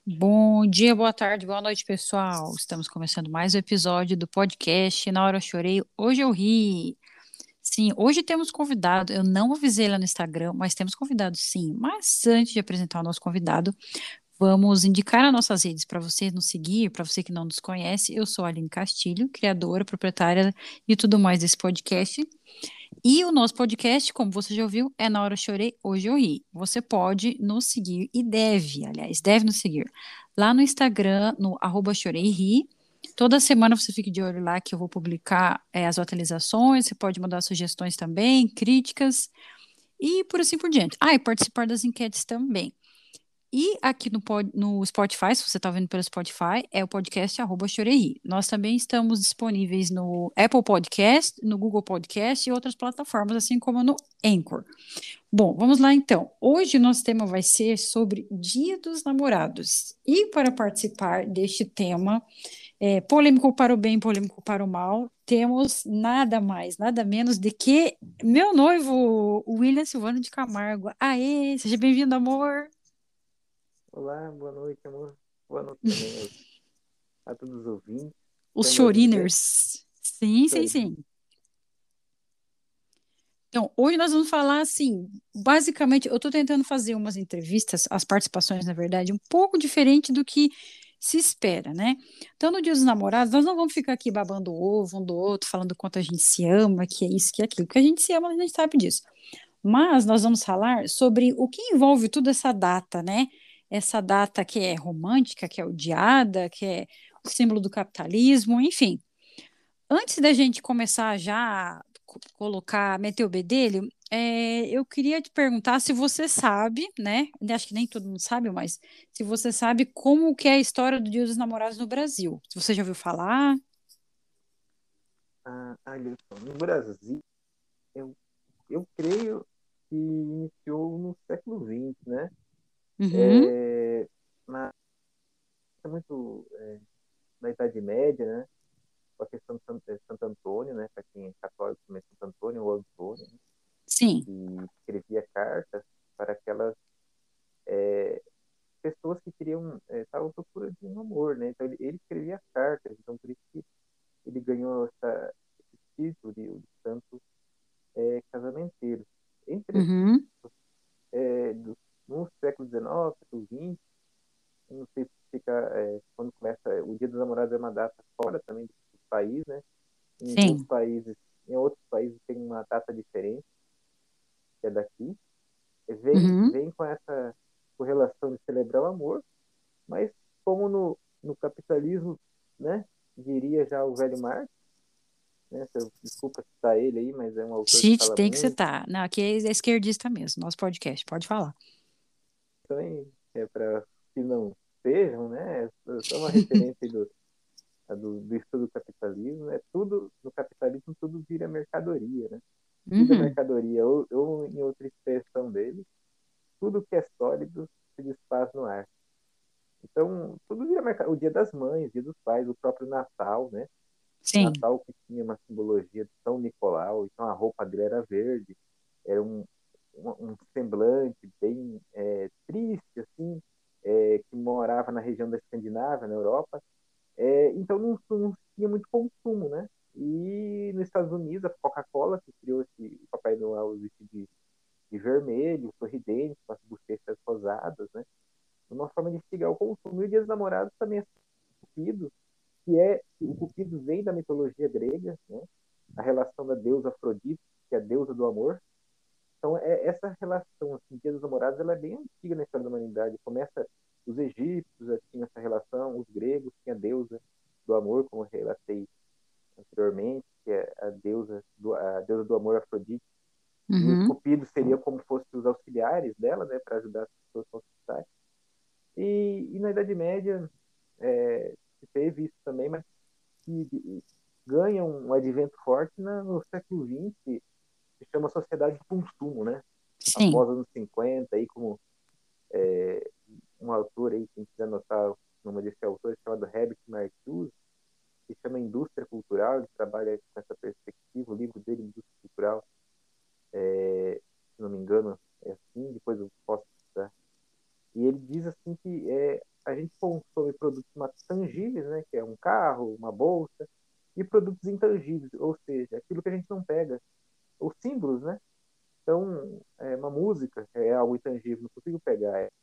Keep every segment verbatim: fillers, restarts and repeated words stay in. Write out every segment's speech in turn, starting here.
Bom dia, boa tarde, boa noite, pessoal. Estamos começando mais um episódio do podcast Na Hora Eu Chorei, Hoje Eu Ri. Sim, hoje temos convidado. Eu não avisei lá no Instagram, mas temos convidado sim. Mas antes de apresentar o nosso convidado, vamos indicar as nossas redes para você nos seguir, para você que não nos conhece. Eu sou a Aline Castilho, criadora, proprietária e tudo mais desse podcast. E o nosso podcast, como você já ouviu, é Na Hora Eu Chorei, Hoje Eu Ri. Você pode nos seguir e deve, aliás, deve nos seguir lá no Instagram, no arroba Chorei e Ri. Toda semana você fique de olho lá que eu vou publicar é, as atualizações. Você pode mandar sugestões também, críticas e por assim por diante. Ah, e participar das enquetes também. E aqui no, pod- no Spotify, se você está vendo pelo Spotify, é o podcast arroba Chorei. Nós também estamos disponíveis no Apple Podcast, no Google Podcast e outras plataformas, assim como no Anchor. Bom, vamos lá então. Hoje o nosso tema vai ser sobre Dia dos Namorados. E para participar deste tema, é, polêmico para o bem, polêmico para o mal, temos nada mais, nada menos de que meu noivo, William Silvano de Camargo. Aê, seja bem-vindo, amor. Olá, boa noite, amor. Boa noite também aos- a todos os ouvintes. Os Estão me ouvindo bem? choriners. Sim, sim, Chorinho. sim. Então, hoje nós vamos falar assim, basicamente, eu estou tentando fazer umas entrevistas, as participações, na verdade, um pouco diferente do que se espera, né? Então, no Dia dos Namorados, nós não vamos ficar aqui babando o ovo um do outro, falando o quanto a gente se ama, que é isso, que é aquilo, porque a gente se ama, a gente sabe disso. Mas nós vamos falar sobre o que envolve toda essa data, né? Essa data que é romântica, que é odiada, que é o símbolo do capitalismo, enfim. Antes da gente começar já a co- colocar, meter o bedelho, é, eu queria te perguntar se você sabe, né? Acho que nem todo mundo sabe, mas se você sabe como que é a história do Dia dos Namorados no Brasil. Se você já ouviu falar. Ah, olha só, no Brasil, eu, eu creio que iniciou no século vinte, né? Uhum, É, na, é muito é, na Idade Média, né? Com a questão de Santo, é, Santo Antônio, né? Para quem é católico, também Santo Antônio ou Antônio, né? sim. Que escrevia cartas para aquelas é, pessoas que queriam, é, estavam à procura de um amor, né? Então ele, ele escrevia cartas, então por isso que ele ganhou essa, esse título de, de santo é, casamenteiro. Entre, Uhum, é, do, no século dezenove, século vinte, eu não sei se fica, é, quando começa, o Dia dos Namorados é uma data fora também do país, né? Em alguns sim. países, em outros países tem uma data diferente, que é daqui. E vem, Uhum. vem com essa correlação de celebrar o amor, mas como no, no capitalismo, né? Diria já o velho Marx, né? Se eu, desculpa citar ele aí, mas é um autor que Cite, fala tem que muito citar. Não, aqui é esquerdista mesmo, nosso podcast, pode falar. também, é para que não sejam, né? É só uma referência do, a do, do estudo do capitalismo, é tudo no capitalismo tudo vira mercadoria, né? Tudo é Uhum, mercadoria, ou, ou em outra expressão dele, tudo que é sólido se desfaz no ar. Então, tudo vira mercadoria. O Dia das Mães, Dia dos Pais, o próprio Natal, né? sim. Natal que tinha uma simbologia de São Nicolau, então a roupa dele era verde, era um, um, um semblante bem é, triste, assim, é, que morava na região da Escandinávia, na Europa. É, então não, não tinha muito consumo, né? E nos Estados Unidos, a Coca-Cola, que criou esse o Papai Noel vestido de, de vermelho, sorridente, com as bochechas rosadas, né? Uma forma de instigar o consumo. E o Dia dos Namorados também é Cupido, que é o Cupido vem da mitologia grega, né? A relação da deusa Afrodite, que é a deusa do amor. Então, é, essa relação, assim, Dia dos Namorados, ela é bem antiga na história da humanidade. Começa, os egípcios já tinham essa relação, os gregos tinham a deusa do amor, como eu relatei anteriormente, que é a deusa do, a deusa do amor Afrodite. E os Uhum, cupidos seriam como fossem os auxiliares dela, né, para ajudar as pessoas a conquistar. E, e na Idade Média é, se teve isso também, mas que ganha um advento forte na, no século vinte, que se chama Sociedade de Consumo, né? sim. Após anos cinquenta, aí como é, um autor aí, quem quiser anotar o nome desse autor, chamado Herbert Marcuse, que chama Indústria Cultural, ele trabalha com essa perspectiva, o livro dele, Indústria Cultural, é, se não me engano, é assim, depois eu posso citar. E ele diz assim que é, a gente consome produtos tangíveis, né, que é um carro, uma bolsa, e produtos intangíveis, ou seja, aquilo que a gente não pega, os símbolos, né? Então, é, uma música é algo intangível, não consigo pegar é,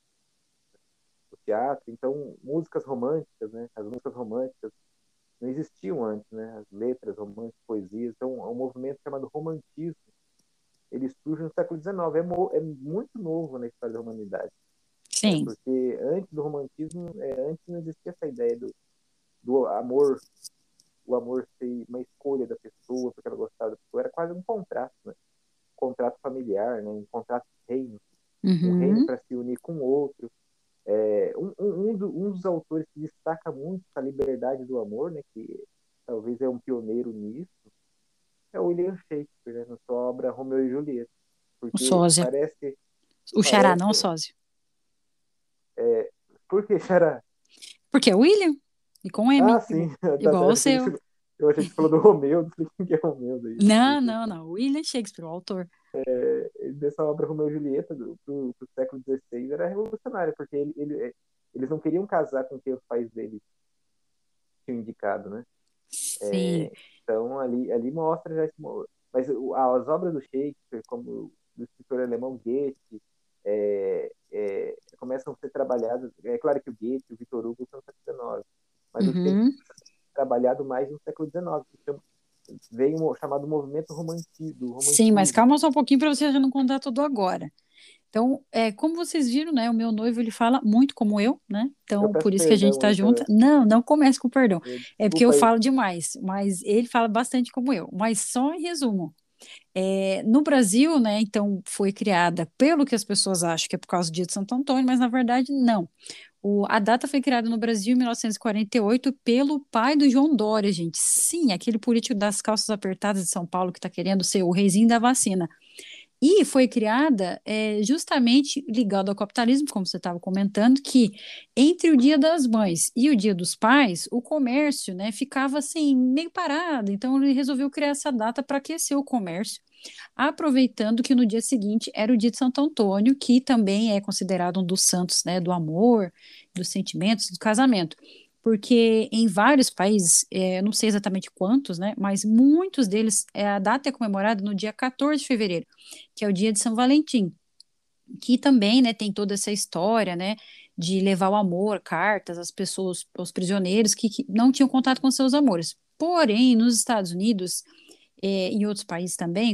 o teatro. Então, músicas românticas, né? As músicas românticas não existiam antes, né? As letras românticas, poesias. Então, é um movimento chamado romantismo. Ele surge no século dezenove. É, mo- é muito novo na história da humanidade, né? Sim. Porque antes do romantismo, é, antes não existia essa ideia do, do amor, o amor ser uma escolha da pessoa, porque ela gostava da pessoa. Era quase um contrato, né? Um contrato familiar, né? Um contrato de reino. Um reino Uhum. para se unir com o outro. É, um, um, um, do, um dos autores que destaca muito a liberdade do amor, né, que talvez é um pioneiro nisso, é o William Shakespeare, né, na sua obra Romeu e Julieta, O porque sósia. parece, O xará, parece, não o sósia. é, por que será? Porque é William. E com Ah, M. sim, Igual, tá, igual tá, ao achei que seu. você, eu achei que você falou do Romeu, não sei quem que é Romeu daí. Não, não, não. William Shakespeare, o autor. É, dessa obra Romeu e Julieta do pro, pro século dezesseis era revolucionária, porque ele, ele, é, eles não queriam casar com quem os pais deles tinham indicado, né? Sim. É, então, ali, ali mostra já esse, mas as obras do Shakespeare, como do escritor alemão Goethe, é, é, começam a ser trabalhadas. É claro que o Goethe e o Victor Hugo são no século dezenove, mas o Shakespeare Uhum. é trabalhado mais no século dezenove, que chama, veio um chamado movimento romanti, do Sim, mas romantismo. calma só um pouquinho para você já não contar tudo agora. Então, é, como vocês viram, né? O meu noivo ele fala muito como eu, né? Eu Então, peço por isso que a gente perdão tá aí junto. pela. Não, não comece com perdão. É porque eu Desculpa aí. falo demais, mas ele fala bastante como eu. Mas só em resumo. É, no Brasil, né, então foi criada, pelo que as pessoas acham que é por causa do dia de Santo Antônio, mas na verdade não. O- a data foi criada no Brasil em mil novecentos e quarenta e oito pelo pai do João Dória, gente. Sim, aquele político das calças apertadas de São Paulo que está querendo ser o reizinho da vacina. E foi criada é, justamente ligado ao capitalismo, como você estava comentando, que entre o Dia das Mães e o Dia dos Pais, o comércio, né, ficava assim meio parado. Então ele resolveu criar essa data para aquecer o comércio, aproveitando que no dia seguinte era o dia de Santo Antônio, que também é considerado um dos santos, né, do amor, dos sentimentos, do casamento. Porque em vários países, é, eu não sei exatamente quantos, né, mas muitos deles, é, a data é comemorada no dia quatorze de fevereiro, que é o dia de São Valentim, que também, né, tem toda essa história, né, de levar o amor, cartas às pessoas, aos prisioneiros que, que não tinham contato com seus amores. Porém, nos Estados Unidos, é, em outros países também,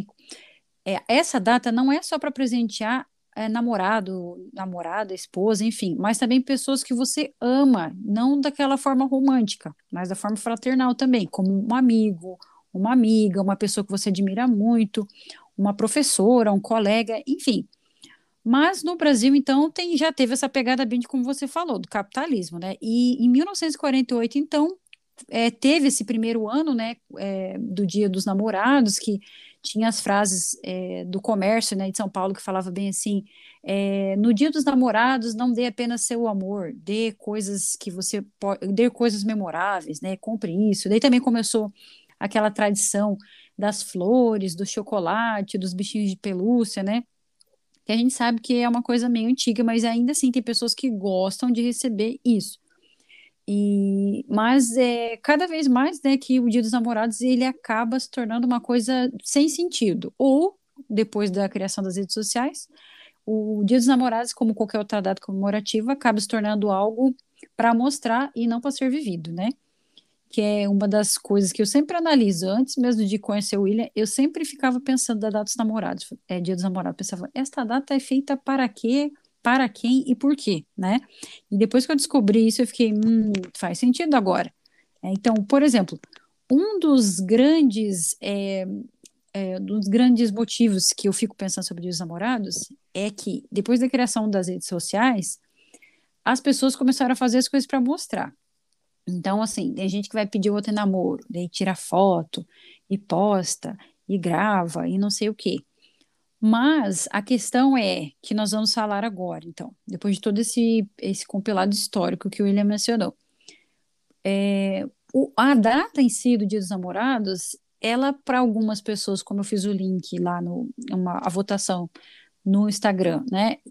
é, essa data não é só para presentear é, namorado, namorada, esposa, enfim, mas também pessoas que você ama, não daquela forma romântica, mas da forma fraternal também, como um amigo, uma amiga, uma pessoa que você admira muito, uma professora, um colega, enfim. Mas no Brasil, então, tem, já teve essa pegada bem de como você falou, do capitalismo, né? E em mil novecentos e quarenta e oito, então, é, teve esse primeiro ano, né, é, do Dia dos Namorados, que tinha as frases é, do comércio, né, de São Paulo, que falava bem assim, é, no Dia dos Namorados, não dê apenas seu amor, dê coisas que você pode, dê coisas memoráveis, né, compre isso. Daí também começou aquela tradição das flores, do chocolate, dos bichinhos de pelúcia, né, que a gente sabe que é uma coisa meio antiga, mas ainda assim tem pessoas que gostam de receber isso. E, mas é cada vez mais, né, que o Dia dos Namorados ele acaba se tornando uma coisa sem sentido. Ou depois da criação das redes sociais, o Dia dos Namorados, como qualquer outra data comemorativa, acaba se tornando algo para mostrar e não para ser vivido, né? Que é uma das coisas que eu sempre analiso antes mesmo de conhecer o William, eu sempre ficava pensando da data dos namorados, é, Dia dos Namorados, pensava, esta data é feita para quê, para quem e por quê, né? E depois que eu descobri isso, eu fiquei, hum, faz sentido agora. É, então, por exemplo, um dos grandes, é, é, dos grandes motivos que eu fico pensando sobre o Dia dos Namorados é que depois da criação das redes sociais, as pessoas começaram a fazer as coisas para mostrar. Então, assim, tem gente que vai pedir outro em namoro, daí tira foto e posta e grava e não sei o quê. Mas a questão é que nós vamos falar agora, então, depois de todo esse, esse compilado histórico que o William mencionou. O- a data em si do Dia dos Namorados, ela, para algumas pessoas, como eu fiz o link lá no, uma, a votação no Instagram, né?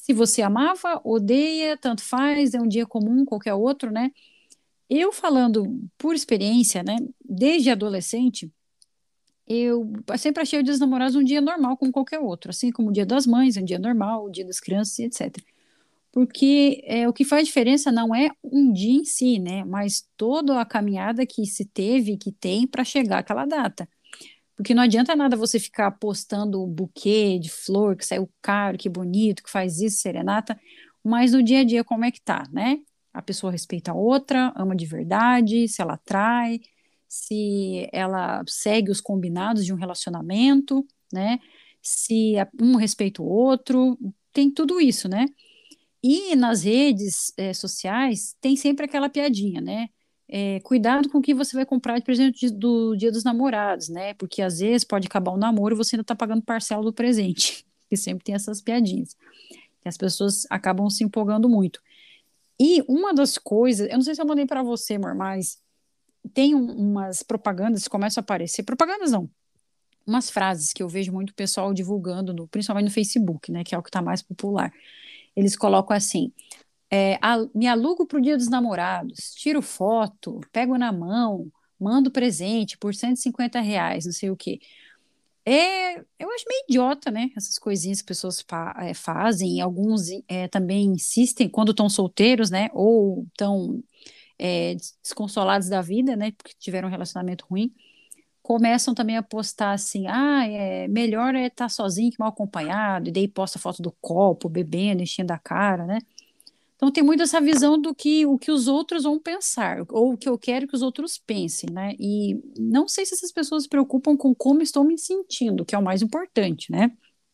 Se você amava, odeia, tanto faz, é um dia comum, qualquer outro, né? Eu falando por experiência, né? Desde adolescente, eu sempre achei o Dia dos Namorados um dia normal como qualquer outro, assim como o Dia das Mães, é um dia normal, o Dia das Crianças, etcétera. Porque é, o que faz diferença não é um dia em si, né? Mas toda a caminhada que se teve, que tem para chegar àquela data. Porque não adianta nada você ficar postando o buquê de flor que saiu caro, que bonito, que faz isso, serenata, mas no dia a dia como é que tá, né? A pessoa respeita a outra, ama de verdade, se ela atrai, se ela segue os combinados de um relacionamento, né? Se um respeita o outro, tem tudo isso, né? E nas redes eh, sociais tem sempre aquela piadinha, né? É, cuidado com o que você vai comprar de presente de- do Dia dos Namorados, né? Porque às vezes pode acabar o namoro e você ainda tá pagando parcela do presente. E sempre tem essas piadinhas. Que as pessoas acabam se empolgando muito. E uma das coisas, eu não sei se eu mandei para você, amor, mas tem um- umas propagandas que começam a aparecer. Propagandas não, umas frases que eu vejo muito pessoal divulgando, no- principalmente no Facebook, né? Que é o que está mais popular. Eles colocam assim. É, a- me alugo para o Dia dos Namorados, tiro foto, pego na mão, mando presente por cento e cinquenta reais, não sei o quê. É, eu acho meio idiota, né? Essas coisinhas que as pessoas fa- é, fazem. Alguns é, também insistem quando estão solteiros, né? Ou estão é, desconsolados da vida, né? Porque tiveram um relacionamento ruim. Começam também a postar assim: ah, é melhor é estar sozinho que mal acompanhado. E daí posta foto do copo, bebendo, enchendo a cara, né? Então tem muito essa visão do que o que os outros vão pensar, ou o que eu quero que os outros pensem, né? E não sei se essas pessoas se preocupam com como estou me sentindo, que é o mais importante, né?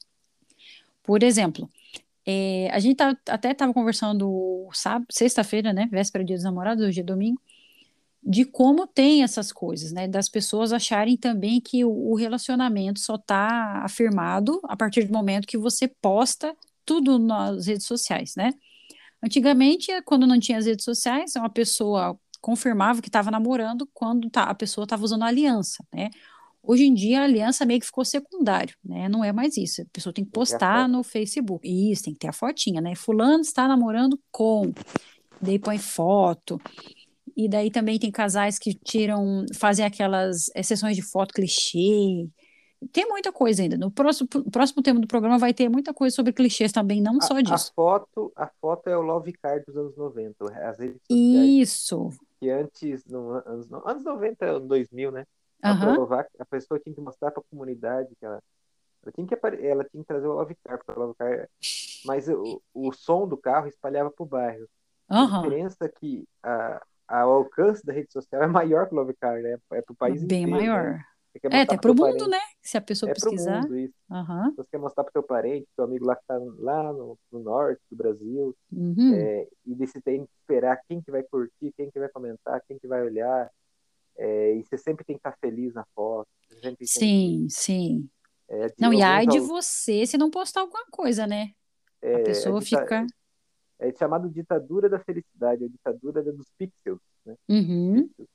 Por exemplo, é, a gente tá- até estava conversando sábado, sexta-feira, né? Véspera do Dia dos Namorados, hoje é domingo, de como tem essas coisas, né? Das pessoas acharem também que o, o relacionamento só está afirmado a partir do momento que você posta tudo nas redes sociais, né? Antigamente, quando não tinha as redes sociais, uma pessoa confirmava que estava namorando quando tá- a pessoa estava usando aliança, né? Hoje em dia, a aliança meio que ficou secundário, né? Não é mais isso. A pessoa tem que Tem que ter a postar no foto. Facebook. Isso, tem que ter a fotinha, né? Fulano está namorando com. Daí põe foto. E daí também tem casais que tiram, fazem aquelas eh, sessões de foto clichê. Tem muita coisa ainda. No próximo, próximo tema do programa vai ter muita coisa sobre clichês também, não A, só a disso. foto, a foto é o Love Card dos anos noventa. As redes sociais Isso. que antes, no, anos, anos noventa, anos dois mil, né? Para Aham. provar que a pessoa tinha que mostrar para a comunidade que ela, ela tinha que apare- ela tinha que trazer o Love Car, porque o Love Car, mas o, o som do carro espalhava para o bairro. A Aham, diferença é que a, a, o alcance da rede social é maior que o Love Car, né? É para o país bem inteiro, né? maior. Você quer É, mostrar até para pro teu mundo, parente, né? Se a pessoa é para o pesquisar. mundo isso. Aham. Você quer mostrar para teu parente, teu amigo lá que está lá no, no norte do Brasil, Uhum. é, e desse tem que esperar quem que vai curtir, quem que vai comentar, quem que vai olhar, é, e você sempre tem que estar feliz na foto, você sempre tem que. Sim, sim. É, de, Não, e alguns ai de al- você se não postar alguma coisa, né? A é, é, pessoa dita- fica. é chamado ditadura da felicidade, a ditadura da- dos pixels, né? Uhum. Pixels.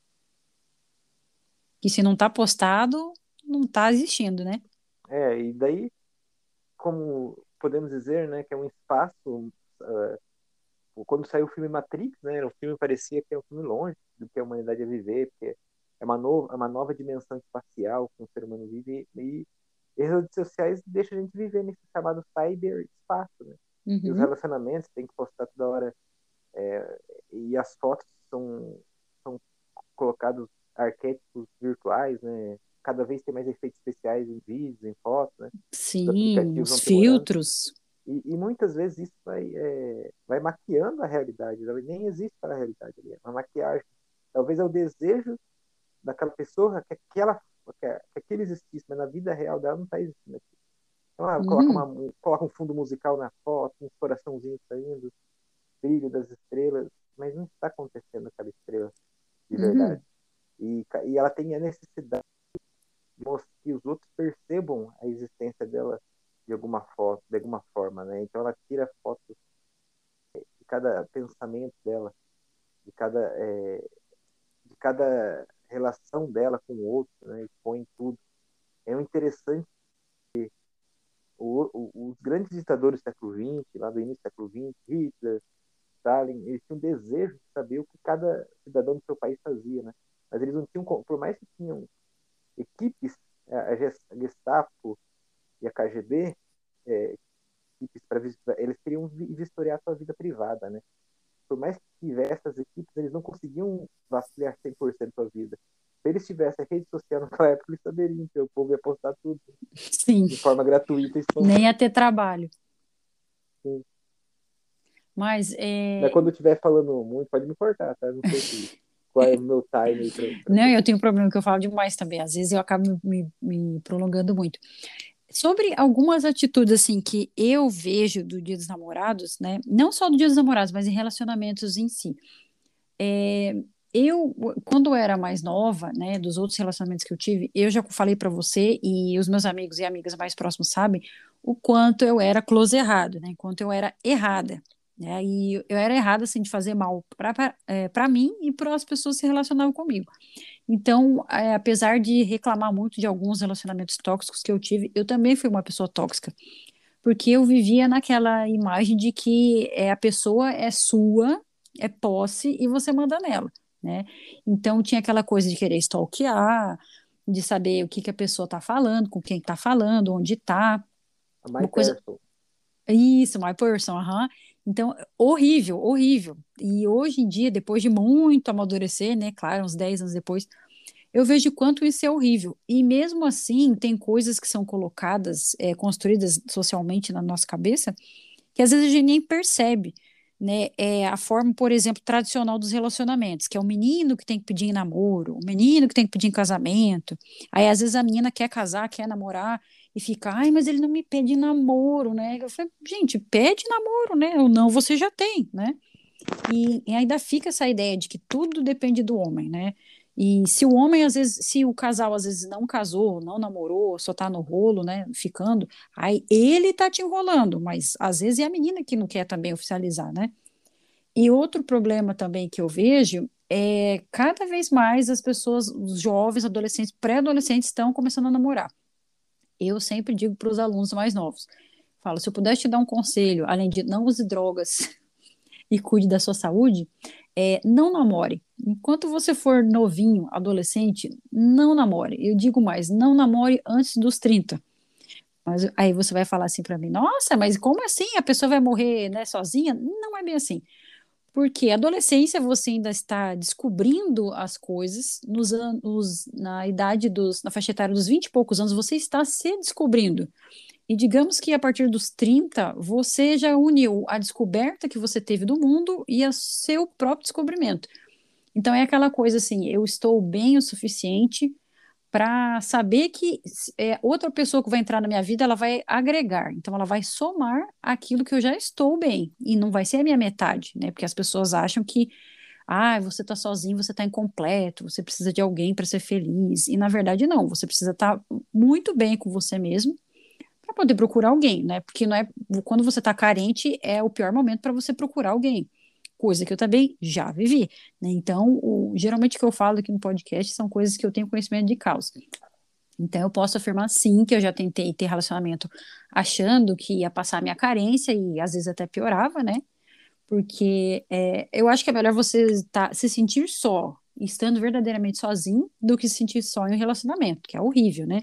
Que se não tá postado, não tá existindo, né? É, e daí, como podemos dizer, né, que é um espaço. ah, Quando saiu o filme Matrix, né, o filme parecia que é um filme longe do que a humanidade ia viver, porque é uma, no, é uma nova dimensão espacial que o ser humano vive, e, e as redes sociais deixam a gente viver nesse chamado cyberespaço, né? E os Uhum. relacionamentos tem que postar toda hora, é, e as fotos são, são colocados arquétipos virtuais, né? Cada vez tem mais efeitos especiais em vídeos, em fotos, né? Os Sim, aplicativos os vão aprimorando. filtros. E, e muitas vezes isso vai, é, vai maquiando a realidade, talvez nem existe para a realidade ali, é uma maquiagem. Talvez é o desejo daquela pessoa que aquela que, que aquilo existisse, mas na vida real dela não está existindo aqui. Então, ela coloca, Uhum. uma, coloca um fundo musical na foto, um coraçãozinho saindo, brilho das estrelas, mas não está acontecendo aquela estrela de verdade. Uhum. E, e ela tem a necessidade de que os outros percebam a existência dela de alguma foto, de alguma forma, né? Então ela tira fotos de cada pensamento dela, de cada, é, de cada relação dela com o outro, né? Expõe tudo. É um interessante o, o, os grandes ditadores do século vinte, lá do início do século vinte, Hitler, Stalin, eles tinham desejo de saber o que cada cidadão do seu país fazia, né? Mas eles não tinham, por mais que tinham equipes, a Gestapo e a K G B, é, equipes para eles queriam vistoriar a sua vida privada, né? Por mais que tivesse essas equipes, eles não conseguiam rastrear cem por cento da sua vida. Se eles tivessem rede social naquela época, eles saberiam que o povo ia postar tudo. Sim. De forma gratuita. Então... Nem ia ter trabalho. Sim. Mas, é... Mas quando eu estiver falando muito, pode me cortar, tá? Não sei se, qual é o meu time. Pra, pra... Não, eu tenho um problema que eu falo demais também. Às vezes eu acabo me, me prolongando muito. Sobre algumas atitudes, assim, que eu vejo do Dia dos Namorados, né? Não só do Dia dos Namorados, mas em relacionamentos em si. É, eu, quando eu era mais nova, né, dos outros relacionamentos que eu tive, eu já falei para você e os meus amigos e amigas mais próximos sabem o quanto eu era close errado, né, quanto eu era errada, né, e eu era errada, assim, de fazer mal para é, para mim e para as pessoas que se relacionavam comigo. Então, é, apesar de reclamar muito de alguns relacionamentos tóxicos que eu tive, eu também fui uma pessoa tóxica, porque eu vivia naquela imagem de que é, a pessoa é sua, é posse e você manda nela, né? Então tinha aquela coisa de querer stalkear, de saber o que, que a pessoa está falando, com quem está falando, onde está, My uma coisa. person. Isso, my person, aham. Então, horrível, horrível. E hoje em dia, depois de muito amadurecer, né? Claro, uns dez anos depois, eu vejo quanto isso é horrível. E mesmo assim, tem coisas que são colocadas, é, construídas socialmente na nossa cabeça, que às vezes a gente nem percebe, né? É a forma, por exemplo, tradicional dos relacionamentos, que é o menino que tem que pedir em namoro, o menino que tem que pedir em casamento. Aí, às vezes, a menina quer casar, quer namorar, e fica, ai, mas ele não me pede namoro, né? Eu falei, gente, pede namoro, né? Ou não, você já tem, né? E, e ainda fica essa ideia de que tudo depende do homem, né? E se o homem, às vezes, se o casal às vezes não casou, não namorou, só tá no rolo, né, ficando, aí ele tá te enrolando, mas às vezes é a menina que não quer também oficializar, né? E outro problema também que eu vejo é cada vez mais as pessoas, os jovens, adolescentes, pré-adolescentes estão começando a namorar. Eu sempre digo para os alunos mais novos, falo, se eu pudesse te dar um conselho, além de não use drogas e cuide da sua saúde, é, não namore. Enquanto você for novinho, adolescente, não namore. Eu digo mais, não namore antes dos trinta. Mas aí você vai falar assim para mim, nossa, mas como assim? A pessoa vai morrer, né, sozinha? Não é bem assim. Porque a adolescência você ainda está descobrindo as coisas, nos anos, na idade dos, na faixa etária dos vinte e poucos anos, você está se descobrindo. E digamos que a partir dos trinta, você já uniu a descoberta que você teve do mundo e o seu próprio descobrimento. Então é aquela coisa assim, eu estou bem o suficiente para saber que é, outra pessoa que vai entrar na minha vida, ela vai agregar. Então ela vai somar aquilo que eu já estou bem. E não vai ser a minha metade, né? Porque as pessoas acham que ah, você está sozinho, você está incompleto, você precisa de alguém para ser feliz. E na verdade não, você precisa estar muito bem com você mesmo para poder procurar alguém, né? Porque não é quando você está carente é o pior momento para você procurar alguém, coisa que eu também já vivi, né? Então, o, geralmente o que eu falo aqui no podcast são coisas que eu tenho conhecimento de causa. Então, eu posso afirmar sim que eu já tentei ter relacionamento achando que ia passar a minha carência e às vezes até piorava, né? Porque é, eu acho que é melhor você tá, se sentir só, estando verdadeiramente sozinho, do que se sentir só em um relacionamento, que é horrível, né?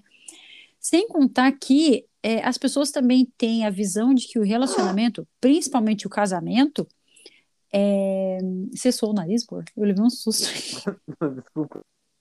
Sem contar que é, as pessoas também têm a visão de que o relacionamento, principalmente o casamento, é... Cessou o nariz, pô? Eu levei um susto. Desculpa.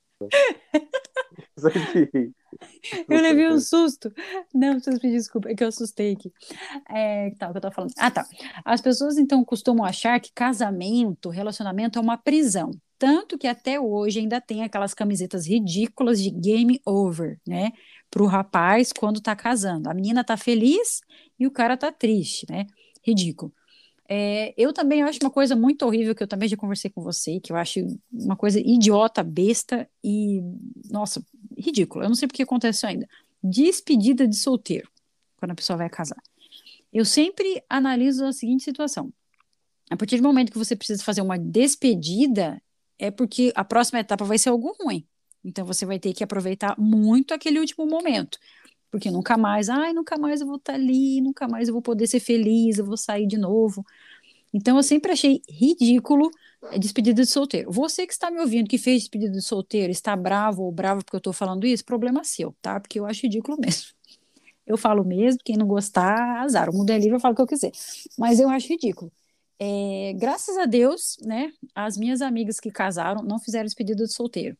Só que... Eu levei um susto. Não, preciso pedir desculpa, é que eu assustei aqui. É, tá, o que eu tava falando. Ah, tá. As pessoas, então, costumam achar que casamento, relacionamento é uma prisão. Tanto que até hoje ainda tem aquelas camisetas ridículas de game over, né? Pro rapaz quando tá casando. A menina tá feliz e o cara tá triste, né? Ridículo. É, eu também acho uma coisa muito horrível, que eu também já conversei com você, que eu acho uma coisa idiota, besta e, nossa, ridícula. Eu não sei porque acontece ainda. Despedida de solteiro, quando a pessoa vai casar. Eu sempre analiso a seguinte situação. A partir do momento que você precisa fazer uma despedida, é porque a próxima etapa vai ser algo ruim. Então você vai ter que aproveitar muito aquele último momento. Porque nunca mais, ai, nunca mais eu vou estar ali, nunca mais eu vou poder ser feliz, eu vou sair de novo. Então eu sempre achei ridículo eh, despedida de solteiro. Você que está me ouvindo, que fez despedida de solteiro, está bravo ou bravo porque eu estou falando isso, problema seu, tá? Porque eu acho ridículo mesmo. Eu falo mesmo, quem não gostar, azar. O mundo é livre, eu falo o que eu quiser. Mas eu acho ridículo. É, graças a Deus, né, as minhas amigas que casaram não fizeram despedida de solteiro.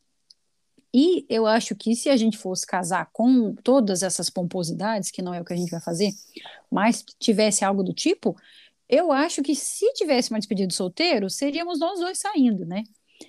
E eu acho que se a gente fosse casar com todas essas pomposidades, que não é o que a gente vai fazer, mas tivesse algo do tipo, eu acho que se tivesse uma despedida de solteiro, seríamos nós dois saindo, né?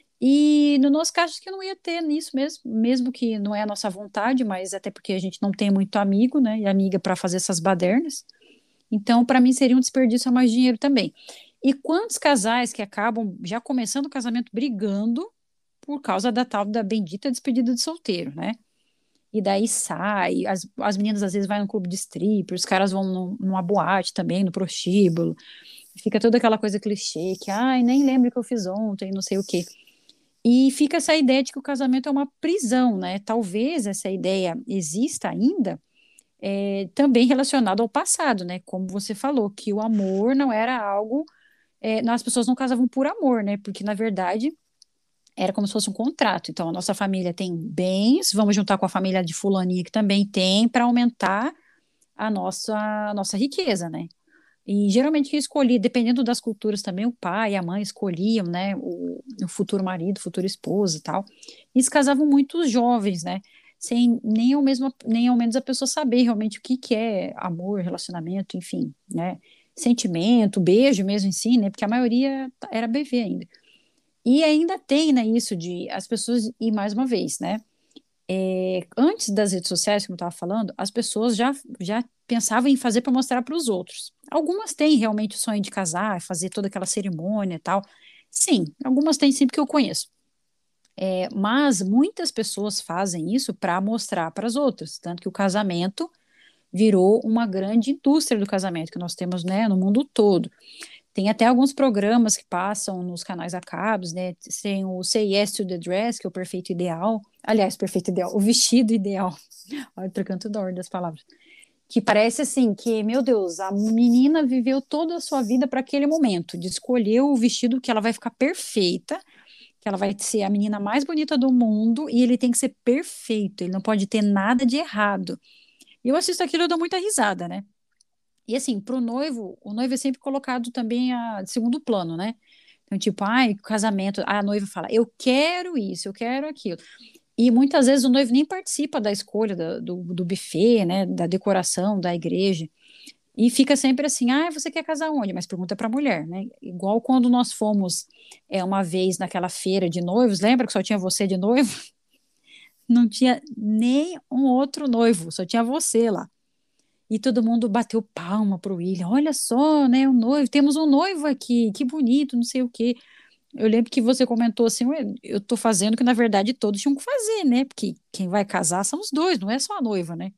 E no nosso caso, acho que não ia ter nisso mesmo, mesmo que não é a nossa vontade, mas até porque a gente não tem muito amigo, né? E amiga para fazer essas badernas. Então, para mim, seria um desperdício a mais dinheiro também. E quantos casais que acabam já começando o casamento brigando por causa da tal da bendita despedida de solteiro, né? E daí sai, as, as meninas às vezes vão no clube de stripper, os caras vão num- numa boate também, no prostíbulo, fica toda aquela coisa clichê, que, ai, nem lembro o que eu fiz ontem, não sei o quê. E fica essa ideia de que o casamento é uma prisão, né? Talvez essa ideia exista ainda, é, também relacionado ao passado, né? Como você falou, que o amor não era algo, é, não, as pessoas não casavam por amor, né? Porque, na verdade, era como se fosse um contrato. Então, a nossa família tem bens, vamos juntar com a família de fulaninha que também tem, para aumentar a nossa, a nossa riqueza, né? E geralmente quem escolhia, dependendo das culturas também, o pai e a mãe escolhiam, né, o, o futuro marido, futuro esposo e tal. E se casavam muito jovens, né? Sem nem ao mesmo, nem ao menos a pessoa saber realmente o que que é amor, relacionamento, enfim, né? Sentimento, beijo mesmo em si, né? Porque a maioria era bebê ainda. E ainda tem, né, isso de as pessoas, e mais uma vez, né? É, antes das redes sociais, como eu estava falando, as pessoas já, já pensavam em fazer para mostrar para os outros. Algumas têm realmente o sonho de casar, fazer toda aquela cerimônia e tal. Sim, algumas têm sim, porque eu conheço. É, mas muitas pessoas fazem isso para mostrar para as outras, tanto que o casamento virou uma grande indústria do casamento que nós temos, né, no mundo todo. Tem até alguns programas que passam nos canais a cabos, né? Tem o Say Yes to the Dress, que é o perfeito ideal. Aliás, perfeito ideal, o vestido ideal. Olha, trocando toda a ordem das palavras. Que parece assim, que, meu Deus, a menina viveu toda a sua vida para aquele momento, de escolher o vestido que ela vai ficar perfeita, que ela vai ser a menina mais bonita do mundo, e ele tem que ser perfeito, ele não pode ter nada de errado. E eu assisto aquilo e eu dou muita risada, né? E assim, pro noivo, o noivo é sempre colocado também a de segundo plano, né? Então, tipo, ai, casamento, a noiva fala, eu quero isso, eu quero aquilo. E muitas vezes o noivo nem participa da escolha da- do, do buffet, né? Da decoração da igreja. E fica sempre assim, ah, você quer casar onde? Mas pergunta para a mulher, né? Igual quando nós fomos é, uma vez naquela feira de noivos, lembra que só tinha você de noivo? Não tinha nem um outro noivo, só tinha você lá. E todo mundo bateu palma pro William. Olha só, né, o noivo, temos um noivo aqui, que bonito, não sei o quê. Eu lembro que você comentou assim, "Ué, eu tô fazendo o que na verdade todos tinham que fazer, né? Porque quem vai casar são os dois, não é só a noiva, né?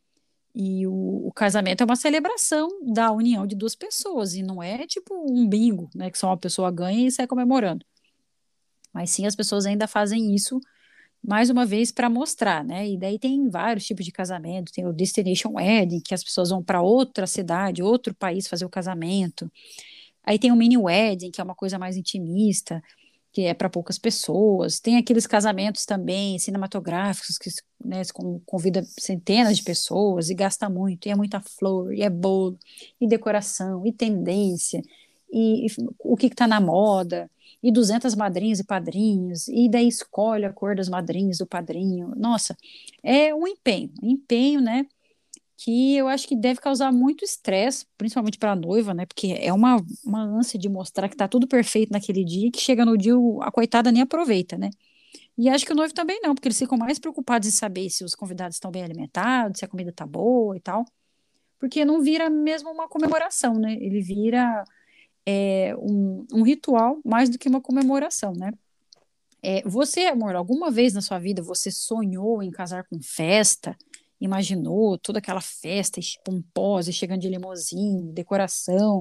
E o, o casamento é uma celebração da união de duas pessoas, e não é tipo um bingo, né? Que só uma pessoa ganha e sai comemorando. Mas sim, as pessoas ainda fazem isso mais uma vez para mostrar, né? E daí tem vários tipos de casamento, tem o Destination Wedding, que as pessoas vão para outra cidade, outro país fazer o casamento. Aí tem o Mini Wedding, que é uma coisa mais intimista, que é para poucas pessoas. Tem aqueles casamentos também cinematográficos que, né, se con- convida centenas de pessoas e gasta muito, e é muita flor, e é bolo, e decoração, e tendência, e, e o que está na moda, e duzentas madrinhas e padrinhos, e daí escolhe a cor das madrinhas, do padrinho. Nossa, é um empenho, um empenho, né? Que eu acho que deve causar muito estresse, principalmente para a noiva, né? Porque é uma, uma ânsia de mostrar que tá tudo perfeito naquele dia, e que chega no dia o- a coitada nem aproveita, né? E acho que o noivo também não, porque eles ficam mais preocupados em saber se os convidados estão bem alimentados, se a comida tá boa e tal, porque não vira mesmo uma comemoração, né? Ele vira é, um, um ritual mais do que uma comemoração, né? É, você, amor, alguma vez na sua vida você sonhou em casar com festa? Imaginou toda aquela festa pomposa, chegando de limusine, decoração?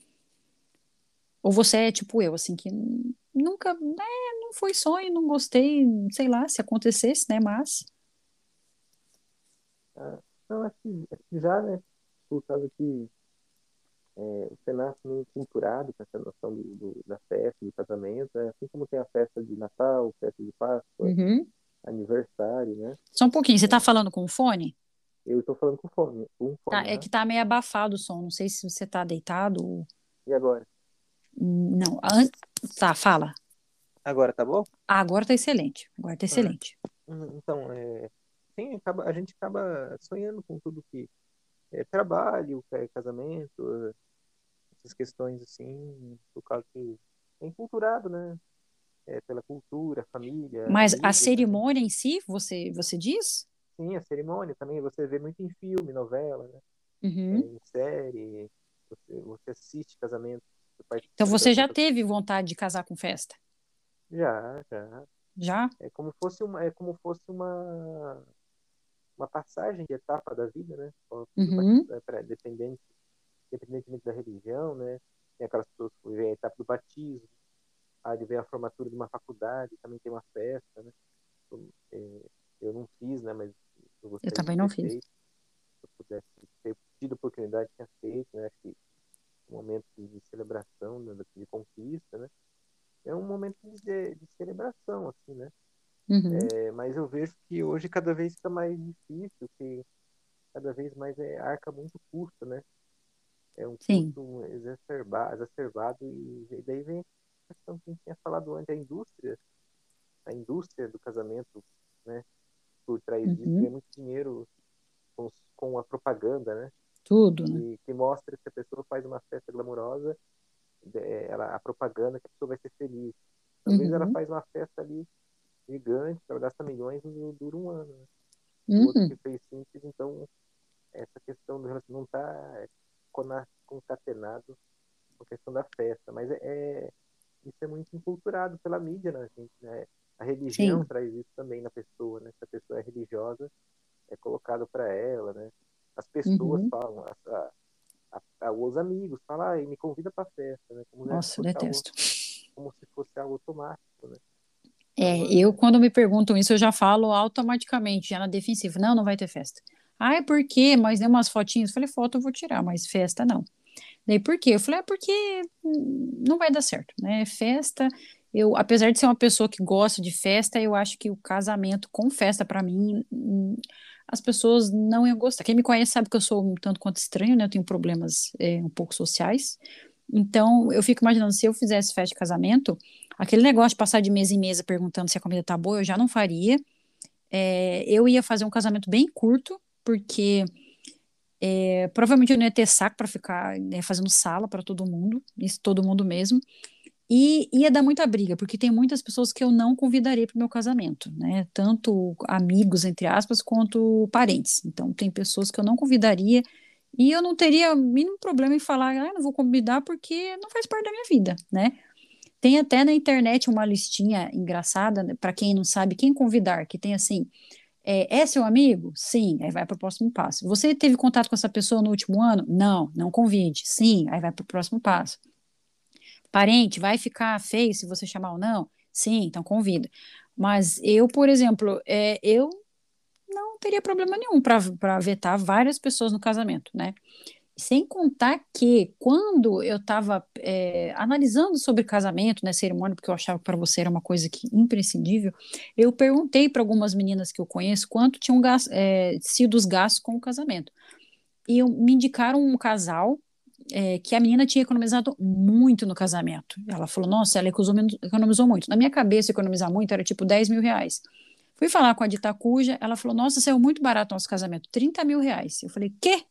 Ou você é tipo eu, assim, que nunca, né, não foi sonho, não gostei, sei lá, se acontecesse, né, mas... Então, acho que, acho que já, né, por causa que é, o Senac meio enculturado com essa noção do, do- da festa, do casamento, né? Assim como tem a festa de Natal, festa de Páscoa, Uhum. aniversário, né? Só um pouquinho, você tá falando com o fone? Eu estou falando com fone, com Tá, fone, é né? que tá meio abafado o som, não sei se você tá deitado ou... E agora? Não, an- tá, fala. Agora tá bom? Ah, agora tá excelente, agora tá Ah, excelente. hum, então, é, sim, acaba, a gente acaba sonhando com tudo que é trabalho, é, casamento, essas questões assim, por causa que é enculturado, né? É, pela cultura, família, Mas a mídia também. cerimônia em si, você, você diz? Sim, a cerimônia também você vê muito em filme, novela, né? É, Uhum. em série, você, você assiste casamento, você Então participa de você já algum... teve vontade de casar com festa? Já, já. Já? É como fosse uma, é como fosse uma, uma passagem de etapa da vida, né? Ó, tudo vai, Uhum. é, pra- dependente, independentemente da religião, né? Tem aquelas pessoas que vêm a etapa do batismo, aí vem a formatura de uma faculdade, também tem uma festa, né? Eu, é, eu não fiz, né? Mas eu Eu gostaria de também não ter fiz. feito, se eu pudesse ter tido oportunidade, tinha feito, né? Acho que um momento de, de celebração, né? De conquista, né? É um momento de, de celebração, assim, né? Uhum. É, mas eu vejo que hoje cada vez fica mais difícil, que cada vez mais é, arca muito custo, né? É um Sim. custo exacerbado, exacerbado e, e daí vem a questão que a gente tinha falado antes, a indústria, a indústria do casamento, né? Por trás disso, Uhum. ganha muito dinheiro com, com a propaganda, né? Tudo, né? Que, que mostra que a pessoa faz uma festa glamourosa, é, ela, a propaganda que a pessoa vai ser feliz. Talvez ela Uhum. faz uma festa ali gigante, ela gasta milhões e dura um ano, né? O outro que Uhum. fez simples, então essa questão do relacionamento não está concatenado com a questão da festa, mas é, é- isso é muito enculturado pela mídia na gente, né? A religião Sim. traz isso também na pessoa, né? Se a pessoa é religiosa, é colocado para ela, né? As pessoas Uhum. falam, a, a, a, os amigos falam, ah, me convida para festa, né? Como se Nossa, eu fosse algo, detesto. como se fosse algo automático, né? É, Então, eu, é, quando me perguntam isso, eu já falo automaticamente, já na defensiva. Não, não vai ter festa. Ah, é por quê? Mas deu umas fotinhas. Falei, foto eu vou tirar, mas festa não. Daí por quê? Eu falei, é porque hum, não vai dar certo, né? Festa, eu, apesar de ser uma pessoa que gosta de festa, eu acho que o casamento com festa, para mim, hum, as pessoas não iam gostar. Quem me conhece sabe que eu sou um tanto quanto estranho, né? Eu tenho problemas é, um pouco sociais. Então, eu fico imaginando, se eu fizesse festa de casamento, aquele negócio de passar de mesa em mesa perguntando se a comida tá boa, eu já não faria. É, eu ia fazer um casamento bem curto, porque é, provavelmente eu não ia ter saco para ficar né, fazendo sala para todo mundo, isso todo mundo mesmo. E ia dar muita briga, porque tem muitas pessoas que eu não convidaria para o meu casamento, né? Tanto amigos, entre aspas, quanto parentes. Então, tem pessoas que eu não convidaria e eu não teria o mínimo problema em falar, ah, não vou convidar porque não faz parte da minha vida, né? Tem até na internet uma listinha engraçada, né, para quem não sabe quem convidar, que tem assim, é, é seu amigo? Sim, aí vai para o próximo passo. Você teve contato com essa pessoa no último ano? Não, não convide. Sim, aí vai para o próximo passo. Parente, vai ficar feio se você chamar ou não? Sim, então convida. Mas eu, por exemplo, é, eu não teria problema nenhum para para vetar várias pessoas no casamento, né? Sem contar que, quando eu estava analisando sobre casamento, né, cerimônia, porque eu achava que para você era uma coisa que imprescindível, eu perguntei para algumas meninas que eu conheço quanto tinham gas- é, sido os gastos com o casamento. E eu- me indicaram um casal é, que a menina tinha economizado muito no casamento. Ela falou, nossa, ela economizou, economizou muito. Na minha cabeça, economizar muito era tipo dez mil reais. Fui falar com a de Itacuja, ela falou, nossa, saiu muito barato o nosso casamento, trinta mil reais. Eu falei, quê?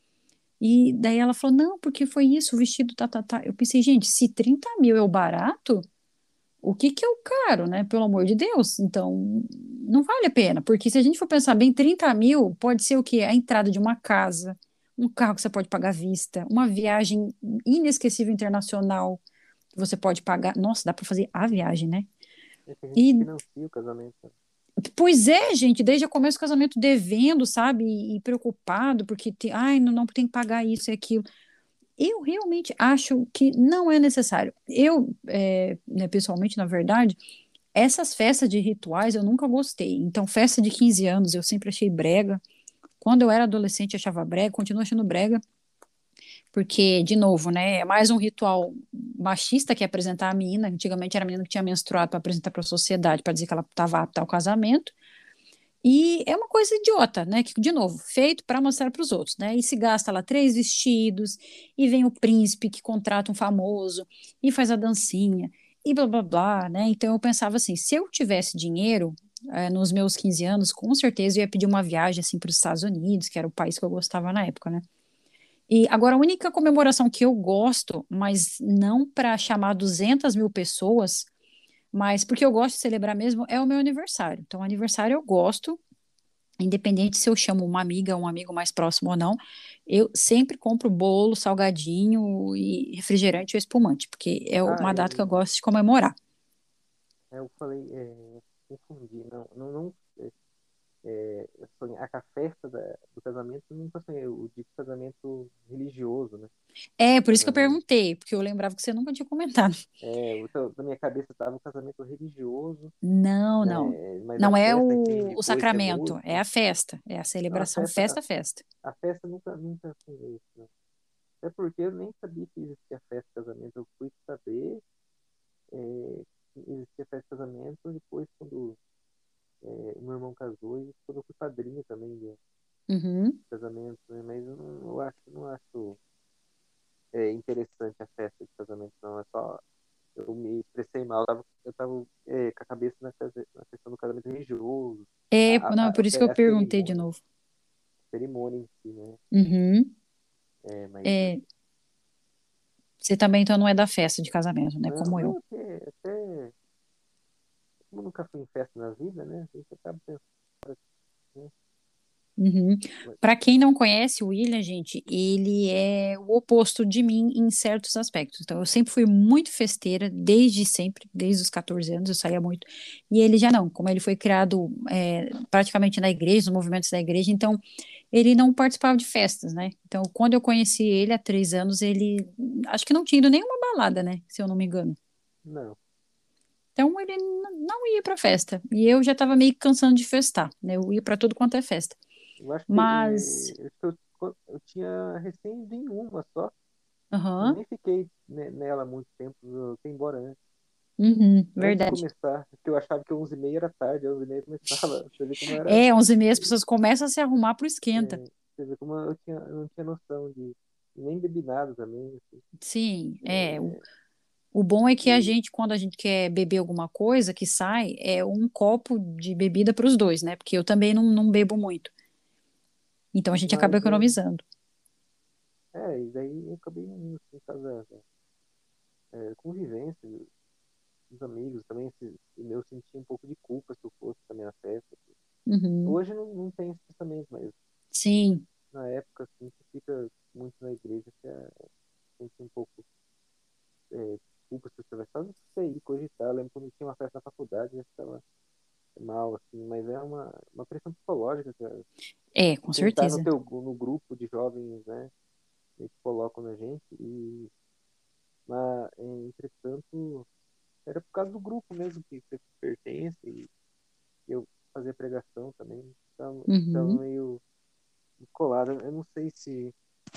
E daí ela falou, não, porque foi isso, o vestido, tá, tá, tá. Eu pensei, gente, se trinta mil é o barato, o que que é o caro, né? Pelo amor de Deus. Então, não vale a pena, porque se a gente for pensar bem, trinta mil pode ser o quê? A entrada de uma casa, um carro que você pode pagar à vista, uma viagem inesquecível internacional que você pode pagar. Nossa, dá para fazer a viagem, né? é que a gente E financia o casamento, né? pois é, gente, desde o começo do casamento devendo, sabe? E, e preocupado, porque tem, ai, não, não tem que pagar isso e aquilo. Eu realmente acho que não é necessário. Eu, é, né, pessoalmente, na verdade, essas festas de rituais eu nunca gostei. Então, festa de quinze anos eu sempre achei brega. quando eu era adolescente eu achava brega, continuo achando brega, porque, de novo, né, é mais um ritual machista que é apresentar a menina. Antigamente era a menina que tinha menstruado para apresentar para a sociedade, para dizer que ela estava apta ao casamento. E é uma coisa idiota, né? Que, de novo, feito para mostrar para os outros, né? E se gasta lá três vestidos, e vem o príncipe que contrata um famoso, e faz a dancinha, e blá blá blá, né? Então eu pensava assim: se eu tivesse dinheiro, eh, nos meus quinze anos, com certeza eu ia pedir uma viagem assim para os Estados Unidos, que era o país que eu gostava na época, né? E agora a única comemoração que eu gosto, mas não para chamar duzentas mil pessoas, mas porque eu gosto de celebrar mesmo, é o meu aniversário. Então, aniversário eu gosto, independente se eu chamo uma amiga, um amigo mais próximo ou não, eu sempre compro bolo, salgadinho e refrigerante ou espumante, porque é Ah, uma data que eu eu, gosto de comemorar. eu falei, é, confundi. Não, não, não é, é, eu sonhei, a, a festa da, do casamento, eu nunca sonhei. O de casamento religioso, né? É, por isso que eu Casamento. perguntei, porque eu lembrava que você nunca tinha comentado. É, o teu- na minha cabeça estava o casamento religioso, Não, não. né? Mas a Não é festa em si, o, o depois ter sacramento, é música. a festa, é a Não, a celebração, festa, festa, festa. a, a festa nunca, nunca sonhei isso, né? Até porque eu nem sabia que existia festa de casamento. Eu fui saber é, que existia festa de casamento depois quando é, o meu irmão casou e quando eu fui padrinho também de Uhum. casamento, né? Mas eu não eu acho, não acho é, interessante a festa de casamento, não. É só eu me expressei mal. Eu tava, eu tava é, com a cabeça na, casa- na questão do casamento religioso, É, a, não, a, é a, por isso que eu a perguntei de cerimônia, novo. cerimônia em si, né? Uhum. É, mas É, você também então não é da festa de casamento, né? não, Como eu. não, até, até como eu nunca fui em festa na vida, né? A gente acaba pensando, né? Uhum. Mas, Para quem não conhece o William, gente, ele é o oposto de mim em certos aspectos. Então, eu sempre fui muito festeira, desde sempre, desde os catorze anos, eu saía muito. E ele já não, como ele foi criado é, praticamente na igreja, nos movimentos da igreja, então ele não participava de festas, né? Então, quando eu conheci ele há três anos, ele acho que não tinha ido nenhuma balada, né? Se eu não me engano. não. Então, ele n- não ia para festa. E eu já estava meio cansando de festar, né? Eu ia para tudo quanto é festa. Eu acho que Mas, eh, eu, eu, eu tinha recém ido em uma só. Eu aham. nem fiquei ne- nela muito tempo. Eu fui embora antes. Uhum, Antes de verdade. começar, porque eu achava que onze e meia era tarde, onze e meia começava. Você vê como eu era. É, onze e meia as pessoas começam a se arrumar pro esquenta. É, você vê como eu, tinha, eu não tinha noção de. Nem bebi nada também. Assim. Sim, é. O, É, o bom é que a e, gente, quando a gente quer beber alguma coisa que sai, é um copo de bebida para os dois, né? Porque eu também não, não bebo muito. Então a gente acaba mas é, economizando. é, e daí eu acabei indo assim, por causa da é, convivência dos amigos. Também se, eu senti um pouco de culpa se eu fosse também na festa. Uhum, Hoje não, não tem esse pensamento, mas sim, na época, assim, você fica muito na igreja, você é, sente um pouco é, culpa se você vai só de você ir cogitar. Eu lembro quando tinha uma festa na faculdade, eu ficava mal, assim, mas é uma, uma pressão psicológica, cara. é, com Quem tá no certeza. teu no grupo de jovens, né, eles colocam na gente e mas, entretanto, era por causa do grupo mesmo que você pertence e eu fazia pregação também, então estava Uhum. meio colado. Eu não sei se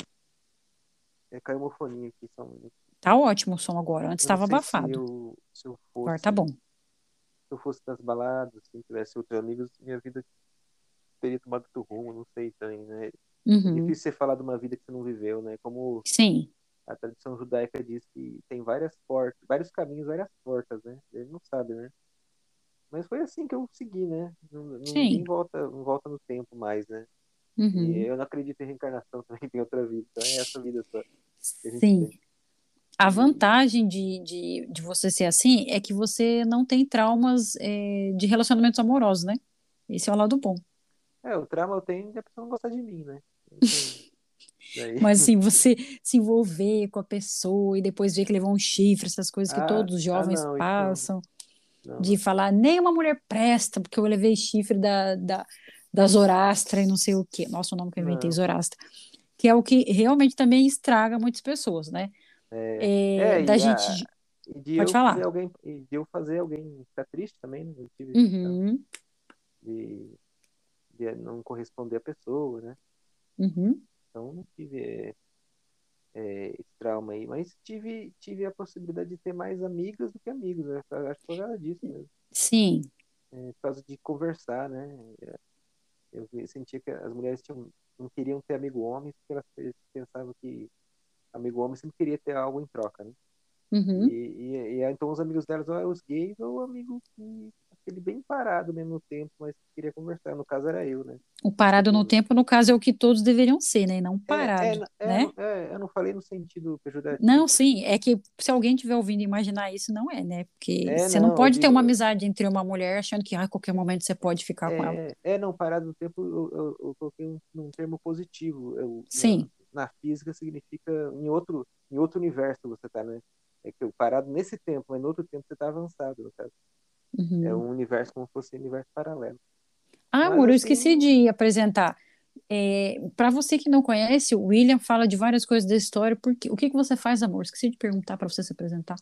é, caiu uma fonia aqui, só um minuto. Tá ótimo o som agora. Antes Eu não estava sei se abafado. eu se eu Agora fosse tá bom. se eu fosse das baladas, se tivesse outros amigos, minha vida teria tomado outro rumo, não sei também, né? É Uhum. difícil você falar de uma vida que você não viveu, né? Como Sim, a tradição judaica diz que tem várias portas, vários caminhos, várias portas, né? Ele não sabe, né? Mas foi assim que eu segui, né? Não, não- ninguém sim. volta, não volta no tempo mais, né? E Uhum. eu não acredito em reencarnação também, tem outra vida. Então é essa vida só que a gente Sim. tem. A E vantagem de, de, de você ser assim é que você não tem traumas, é, de relacionamentos amorosos, né? Esse é o lado bom. é, o trauma eu tenho de a pessoa não gostar de mim, né? Não tem. Daí. Mas assim, você se envolver com a pessoa e depois ver que levou um chifre, essas coisas que Ah, todos os ah, jovens não, isso não. passam, Não, de não. falar, nem uma mulher presta, porque eu levei chifre da, da, da Zorastra e não sei o quê. Nossa, o nome que eu inventei, Não. Zorastra. Que é o que realmente também estraga muitas pessoas, né? É, É, é da e, a, gente. e de Pode eu fazer falar. alguém, e de eu fazer alguém ficar triste também, né? Eu tive, então, Uhum. de, de não corresponder à pessoa, né? Uhum. Então não tive é, é, esse trauma aí, mas tive, tive a possibilidade de ter mais amigas do que amigos, né? Eu acho que foi por causa disso mesmo, Sim. é, por causa de conversar, né? Eu sentia que as mulheres tinham, não queriam ter amigo homem, porque elas pensavam que amigo homem sempre queria ter algo em troca, né? E, Uhum. e, e aí, então os amigos delas ou eram os gays ou o amigo que aquele bem parado mesmo no tempo, mas que queria conversar. No caso era eu, né? O parado no Tipo, tempo, no caso, é o que todos deveriam ser, né? E não é, é, parado, é, né? é, eu não falei no sentido pejorativo. Não, sim, é que se alguém tiver ouvindo imaginar isso, não é, né? Porque É, você não não, eu pode ter digo, uma amizade entre uma mulher achando que ah, a qualquer momento você pode ficar com ela. é, é não, parado no tempo, eu, eu, eu coloquei um, um termo positivo. Eu, na, Sim. na física significa em outro, em outro universo você tá, né? É que eu parado nesse tempo, mas no outro tempo você tá avançado, no caso. É Uhum. um universo como se fosse um universo paralelo. Ah, Mas amor, eu esqueci assim, de apresentar. É, para você que não conhece, o William fala de várias coisas da história. Porque, o que que você faz, amor? Esqueci de perguntar para você se apresentar.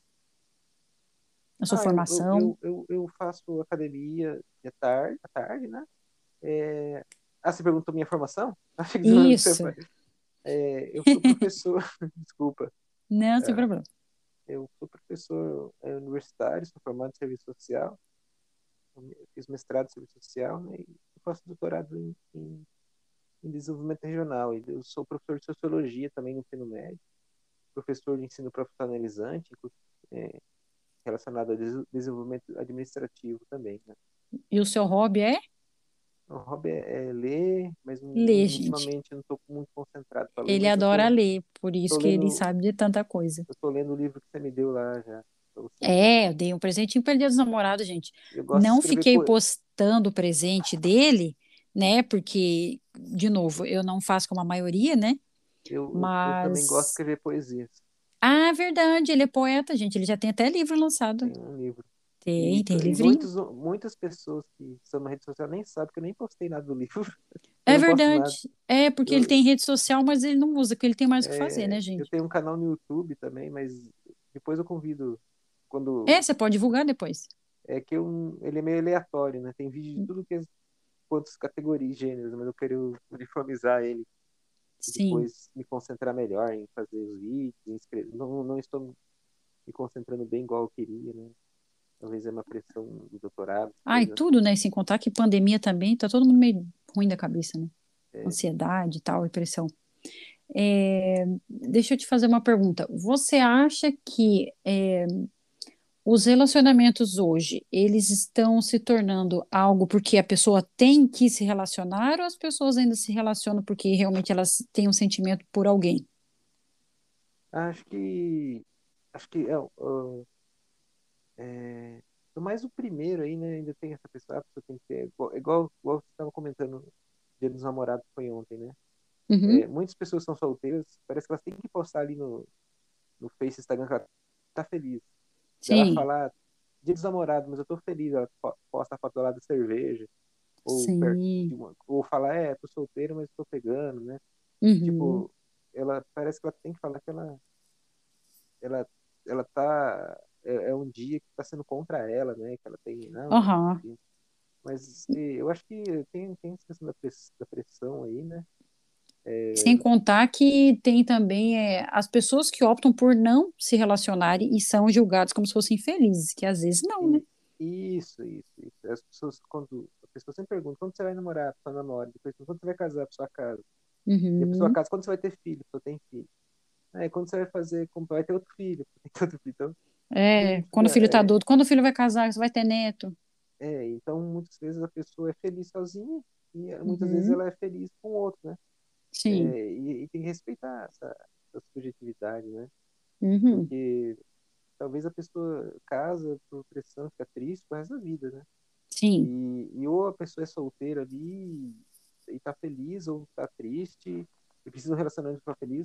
A sua ah, eu, eu, formação. eu, eu, eu faço academia de tarde, à tarde, né? É... Ah, você perguntou minha formação? Achei que você Isso. faz. É, eu sou professor, desculpa. Não, sem É, problema. eu sou professor é, universitário, sou formado em serviço social, eu fiz mestrado em serviço social, né, e faço doutorado em, em, em desenvolvimento regional. E eu sou professor de sociologia também no ensino médio, professor de ensino profissionalizante, é, relacionado ao des- desenvolvimento administrativo também, né? E o seu hobby é O hobby é, é ler, mas ler, um, gente. ultimamente eu não estou muito concentrado para ler, Ele mas eu adora tô, ler, por tô isso que ele lendo, sabe de tanta coisa. eu tô lendo o livro que você me deu lá já, para você ver. É, eu dei um presentinho para ele Dia dos Namorados, gente. Eu gosto de Não escrever fiquei po... postando o presente dele, né? Porque, de novo, eu não faço como a maioria, né? eu, eu, eu também gosto de Mas. escrever poesias. Ah, verdade, ele é poeta, gente. Ele já tem até livro lançado. Tem um livro. E, Tem, tem e livrinho. muitos, muitas pessoas que estão na rede social nem sabem que eu nem postei nada do livro. Eu É não posto nada. verdade. É, porque ele Eu, tem rede social, mas ele não usa, porque ele tem mais o que fazer, é, né, eu gente? tenho um canal no YouTube também, mas depois eu convido É, quando você pode divulgar depois. é que eu, ele é meio aleatório, né? Tem vídeo de tudo que é quantas categorias, gêneros, mas eu quero uniformizar ele e Sim. depois me concentrar melhor em fazer os vídeos, em escrever. Não, não estou me concentrando bem igual eu queria, né? Talvez é uma pressão do doutorado, Ah, e coisa. tudo, né? Sem contar que pandemia também, tá todo mundo meio ruim da cabeça, né? É, Ansiedade e tal, depressão. É, deixa eu te fazer uma pergunta. Você acha que é, os relacionamentos hoje, eles estão se tornando algo porque a pessoa tem que se relacionar ou as pessoas ainda se relacionam porque realmente elas têm um sentimento por alguém? acho que acho que é, o- é, é mais o primeiro aí, né? Ainda tem essa pessoa, a pessoa tem que ter, igual, igual, igual você estava comentando, Dia dos Namorados foi ontem, né? É, Uhum, muitas pessoas são solteiras, parece que elas têm que postar ali no, no Face, Instagram, que ela tá feliz. Ela sim, falar Dia dos Namorados, mas eu tô feliz, ela po- posta a foto lá da cerveja, ou, per- sim, de uma- ou falar, é, tô solteiro, mas tô pegando, né? uhum, Tipo, ela parece que ela tem que falar que ela ela ela tá é, é um dia que tá sendo contra ela, né? Que ela tem, não, aham. enfim. Mas e, eu acho que tem tem essa questão da press- da pressão aí, né? Sem contar que tem também é, as pessoas que optam por não se relacionarem e são julgadas como se fossem infelizes, que às vezes não, né? E isso, isso, isso. As pessoas quando a pessoa sempre pergunta, quando você vai namorar, a pessoa namora, depois quando você vai casar, a pessoa casa. E a pessoa Uhum. casa, quando você vai ter filho, a pessoa tem filho. É, quando você vai fazer, como vai ter outro filho, tem outro filho. Então, É, tem, quando o filho tá é, adulto, quando o filho vai casar, você vai ter neto. é, então muitas vezes a pessoa é feliz sozinha e eh, muitas vezes Uhum. ela é feliz com o outro, né? Sim. É, e, e tem que respeitar essa, essa subjetividade, né? Uhum. Porque talvez a pessoa casa por pressão, fica triste pro resto da vida, né? Sim. E, e ou a pessoa é solteira ali e tá feliz, ou tá triste, e precisa de um relacionamento para feliz,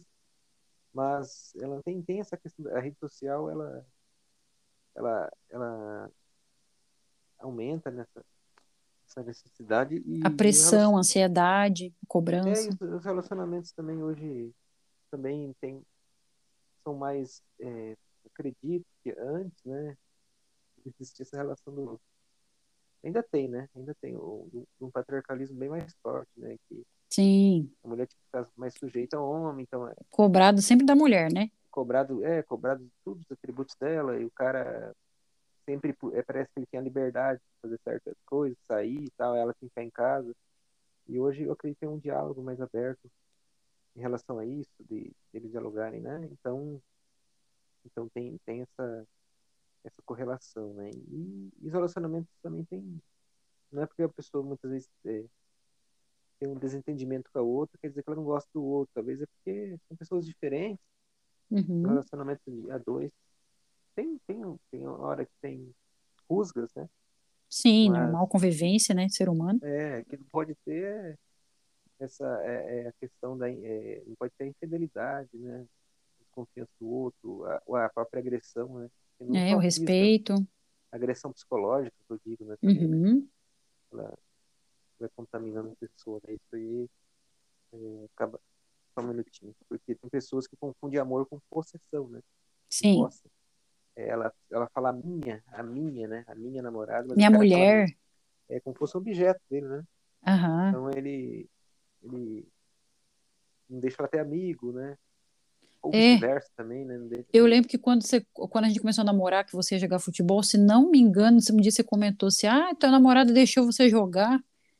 mas ela tem, tem essa questão, a rede social, ela, ela, ela aumenta nessa essa necessidade A e, e, o pressão, relacion- a ansiedade, a é, e cobrança. os os relacionamentos também hoje também tem, são mais, é, acredito que antes, né, existia essa relação do, ainda tem, né? Ainda tem um, um patriarcalismo bem mais forte, né? Que Sim, a mulher tinha que ficar mais sujeita ao homem, então é cobrado sempre da mulher, né? cobrado, é, cobrado todos os atributos dela, e o cara sempre pu- é, parece que ele tinha liberdade de fazer certas coisas, sair e tal, ela tem que ficar em casa. E hoje eu acredito em um diálogo mais aberto em relação a isso, de eles dialogarem, né? Então, então tem, tem essa, essa correlação, né? E, e os relacionamentos também tem, não é porque a pessoa muitas vezes é, tem um desentendimento com a outra, quer dizer que ela não gosta do outro, talvez é porque são pessoas diferentes, o Uhum. relacionamento a dois tem, tem, tem hora que tem rusgas, né? Sim, Mas normal convivência, né? Ser humano. é, que não pode ter essa é, é a questão da é, não pode ter a infidelidade, né? Desconfiança do outro, a, a própria agressão, né? E não É, o só física, respeito. agressão psicológica, que eu digo, né? Também, né? Uhum. Ela vai contaminando a pessoa, né? Isso aí é, acaba só um minutinho, porque tem pessoas que confundem amor com possessão, né? Que Sim. possa. É, ela, ela fala a minha, a minha, né? A minha namorada, mas o Minha cara fala mulher. é como se fosse um objeto dele, né? Aham. Então ele, ele não deixa ela ter amigo, né? Ou É, vice-versa também, né? Não deixa, eu ele... lembro que quando você, quando a gente começou a namorar, que você ia jogar futebol, se não me engano, um dia você comentou assim, ah, tua namorada deixou você jogar.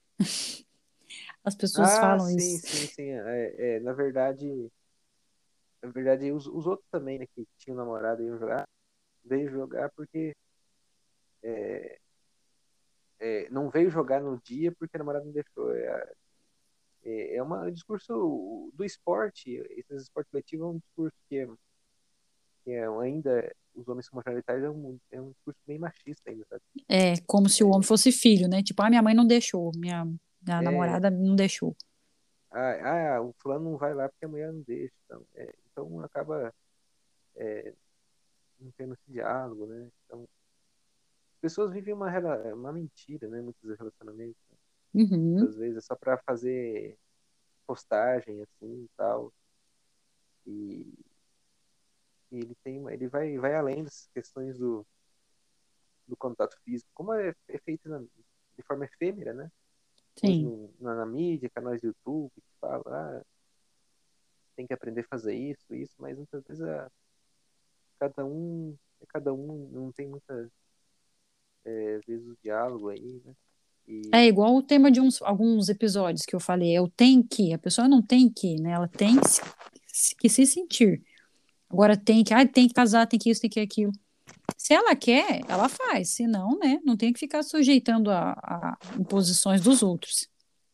As pessoas Ah, falam sim, isso. sim, sim. É, é, na verdade, na verdade, os, os outros também, né, que tinham namorado e iam jogar, veio jogar porque é, é, não veio jogar no dia porque a namorada não deixou. É, é, é uma, um discurso do esporte, esse esporte coletivo é um discurso que é, que é ainda, os homens são majoritários, é um, é um discurso bem machista ainda, sabe? É como se o homem fosse filho, né? Tipo, ah, minha mãe não deixou, minha, minha É, namorada não deixou. ah, ah, o fulano não vai lá porque a mulher não deixa. Então, é, então acaba não tendo esse diálogo, né? Então, as pessoas vivem uma, rela- uma mentira, né? Muitos relacionamentos. Né? Uhum. Muitas vezes é só para fazer postagem, assim, e tal. E, e ele tem, uma- ele vai, vai além das questões do, do contato físico, como é, é feito na- de forma efêmera, né? Hoje Sim. no, na, na mídia, canais do YouTube que falam, ah, tem que aprender a fazer isso, isso, mas muitas vezes a, cada um, cada um não tem muitas é, vezes o diálogo aí, né? É E igual o tema de uns, alguns episódios que eu falei, é o tem que, a pessoa não tem que, né? Ela tem se- se- que se sentir. Agora tem que, ah, tem que casar, tem que isso, tem que aquilo. Se ela quer, ela faz. Se não, né? Não tem que ficar sujeitando a, a imposições dos outros.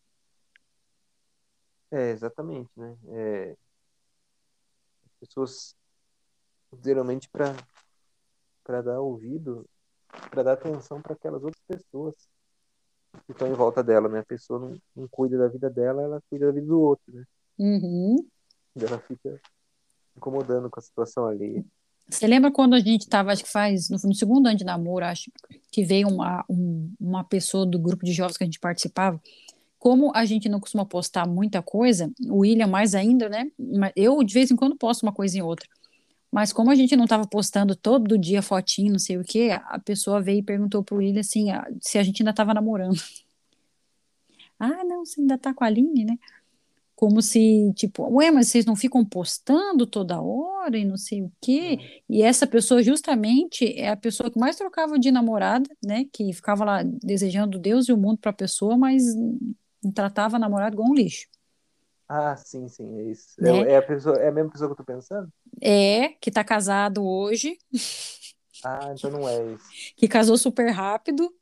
é, exatamente, né? É, pessoas geralmente para para dar ouvido, para dar atenção para aquelas outras pessoas que estão em volta dela, né? A pessoa não, não cuida da vida dela, ela cuida da vida do outro, né? Uhum. E ela fica incomodando com a situação ali. Você lembra quando a gente estava, acho que faz, no, no segundo ano de namoro, acho, que veio uma, um- uma pessoa do grupo de jovens que a gente participava? Como a gente não costuma postar muita coisa, o William mais ainda, né? Mas eu, de vez em quando, posto uma coisa em outra. Mas como a gente não estava postando todo dia fotinho, não sei o quê, a pessoa veio e perguntou pro William assim, ah, se a gente ainda estava namorando. Ah, não, você ainda tá com a Aline, né? Como se, tipo, ué, mas vocês não ficam postando toda hora e não sei o quê? Hum. E essa pessoa, justamente, é a pessoa que mais trocava de namorada, né? Que ficava lá desejando Deus e o mundo para a pessoa, mas tratava a namorada igual um lixo, Ah, sim, sim, é isso. né? É, é a pessoa, é a mesma pessoa que eu tô pensando? É, que tá casado hoje, Ah, então não é isso. que casou super rápido,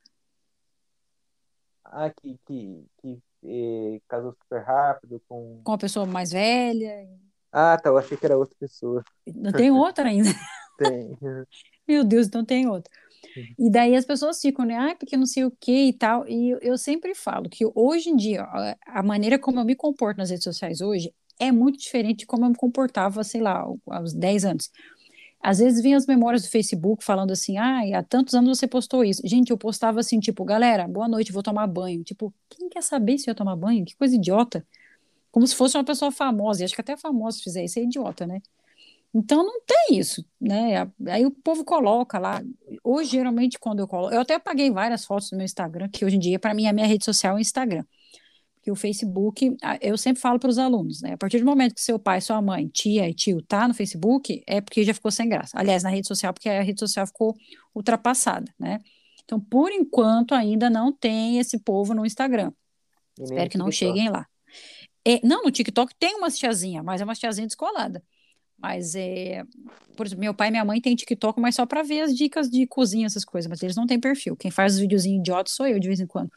Ah, que, que, que eh, casou super rápido com. com uma pessoa mais velha. Ah, tá, eu achei que era outra pessoa. Não tem outra ainda. Tem. Meu Deus, não tem outra. E daí as pessoas ficam, né? Ah, porque não sei o que e tal. E eu, eu sempre falo que hoje em dia, a, a maneira como eu me comporto nas redes sociais hoje é muito diferente de como eu me comportava, sei lá, aos dez anos. Às vezes vinha as memórias do Facebook falando assim, ah, há tantos anos você postou isso. Gente, eu postava assim, tipo, galera, boa noite, vou tomar banho. Tipo, quem quer saber se eu tomar banho? Que coisa idiota. Como se fosse uma pessoa famosa. E acho que até famoso fizer isso é idiota, né? Então não tem isso, né? Aí o povo coloca lá. Hoje, geralmente, quando eu coloco, eu até apaguei várias fotos no meu Instagram, que hoje em dia, para mim, a minha rede social é o Instagram. Porque o Facebook, a- eu sempre falo para os alunos, né? A partir do momento que seu pai, sua mãe, tia e tio tá no Facebook, é porque já ficou sem graça. Aliás, na rede social, porque a rede social ficou ultrapassada, né? Então, por enquanto, ainda não tem esse povo no Instagram. E nem no Espero que não TikTok. cheguem lá. É, não, no TikTok tem umas tiazinha, mas é uma tiazinha descolada. Mas é, por exemplo, meu pai e minha mãe têm TikTok, mas só para ver as dicas de cozinha, essas coisas, mas eles não têm perfil. Quem faz os videozinhos idiotas sou eu de vez em quando.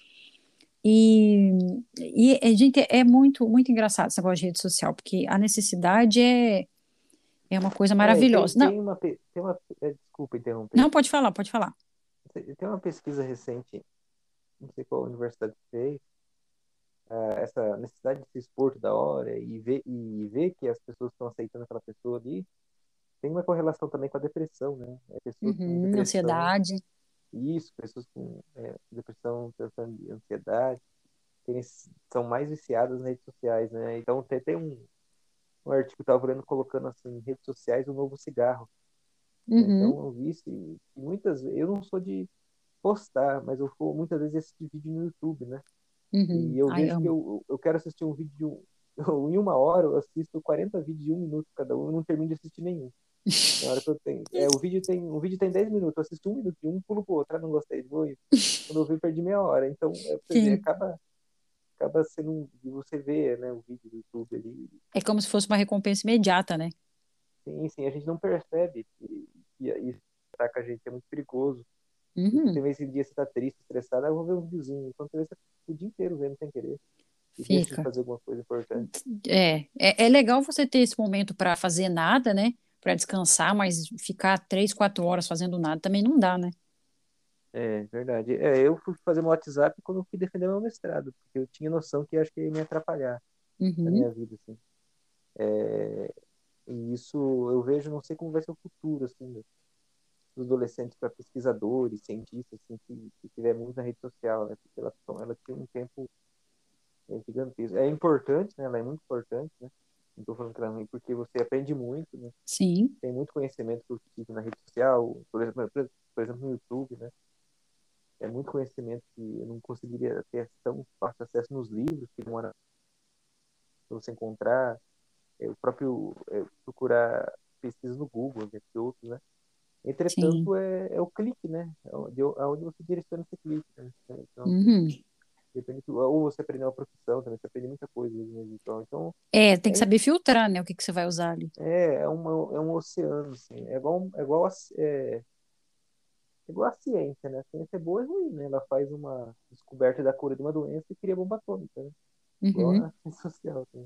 E, e é, gente, é muito, muito engraçado esse negócio de rede social, porque a necessidade é, é uma coisa É, tem, maravilhosa. Não, tem uma, pe- tem uma, é, desculpa interromper. não, pode falar, pode falar. Tem tem uma pesquisa recente, não sei qual universidade fez, ah, essa necessidade de se expor toda hora e ver, e ver que as pessoas estão aceitando aquela pessoa ali, tem uma correlação também com a depressão, né? É, pessoas com Uhum, depressão, ansiedade. isso, pessoas com é, depressão, transtorno de ansiedade, tem, são mais viciadas nas redes sociais, né? Então tem, tem um, um artigo que eu estava lendo colocando assim, redes sociais o novo cigarro, né? Uhum, Então eu vi isso e, e muitas vezes, eu não sou de postar, mas eu vou muitas vezes assistir vídeo no YouTube, né? uhum. E eu Ai, vejo que amo. eu, eu quero assistir um vídeo de um, em uma hora eu assisto quarenta vídeos de um minuto cada um e não termino de assistir nenhum. Na hora que eu tenho, é, o vídeo tem, o vídeo tem dez minutos, eu assisto um minuto de um, pulo pro outro, ah, não gostei, vou, quando eu vi, perdi meia hora. Então, é pra você ver, Sim. acaba, acaba sendo, um- você vê, né, o vídeo do YouTube ali, É como se fosse uma recompensa imediata, né? sim, sim, a gente não percebe que, que isso ataca a gente, é muito perigoso. Porque Uhum, tem vezes que dia você tá triste, estressado, ah, eu vou ver um videozinho, enquanto você tá o dia inteiro vendo sem querer, e deixa de fica. fazer alguma coisa importante. É, é, é legal você ter esse momento para fazer nada, né? Para descansar, mas ficar três, quatro horas fazendo nada também não dá, né? É, verdade. É, eu fui fazer meu WhatsApp quando eu fui defender meu mestrado, porque eu tinha noção que acho que ia me atrapalhar na Uhum, minha vida, assim. É, e isso eu vejo, não sei como vai ser o futuro, assim, dos dos adolescentes para pesquisadores, cientistas, assim, que, que tiver muito na rede social, né? Porque ela, ela tem um tempo é, gigantesco. É importante, né? Ela é muito importante, né? Não estou falando que ela é ruim, porque você aprende muito, né? sim. Tem muito conhecimento que eu tive na rede social, por exemplo, por exemplo, no YouTube, né? É muito conhecimento que eu não conseguiria ter tão fácil acesso nos livros que demora para você encontrar, é, o próprio é, procurar pesquisa no Google, entre outros, né? Sim. Entretanto, é, é o clique, né? É onde, aonde você direciona esse clique, né? Então, Uhum. depende do, ou você aprende uma profissão também, você aprende muita coisa mesmo. Então, então É, tem que é, saber filtrar, né, o que que você vai usar ali. é, é, uma, é um oceano, assim. É igual, é igual a, é, é igual a ciência, né? A ciência é boa e ruim, né? Ela faz uma descoberta da cura de uma doença e cria bomba atômica, né? Igual Uhum. a ciência social também.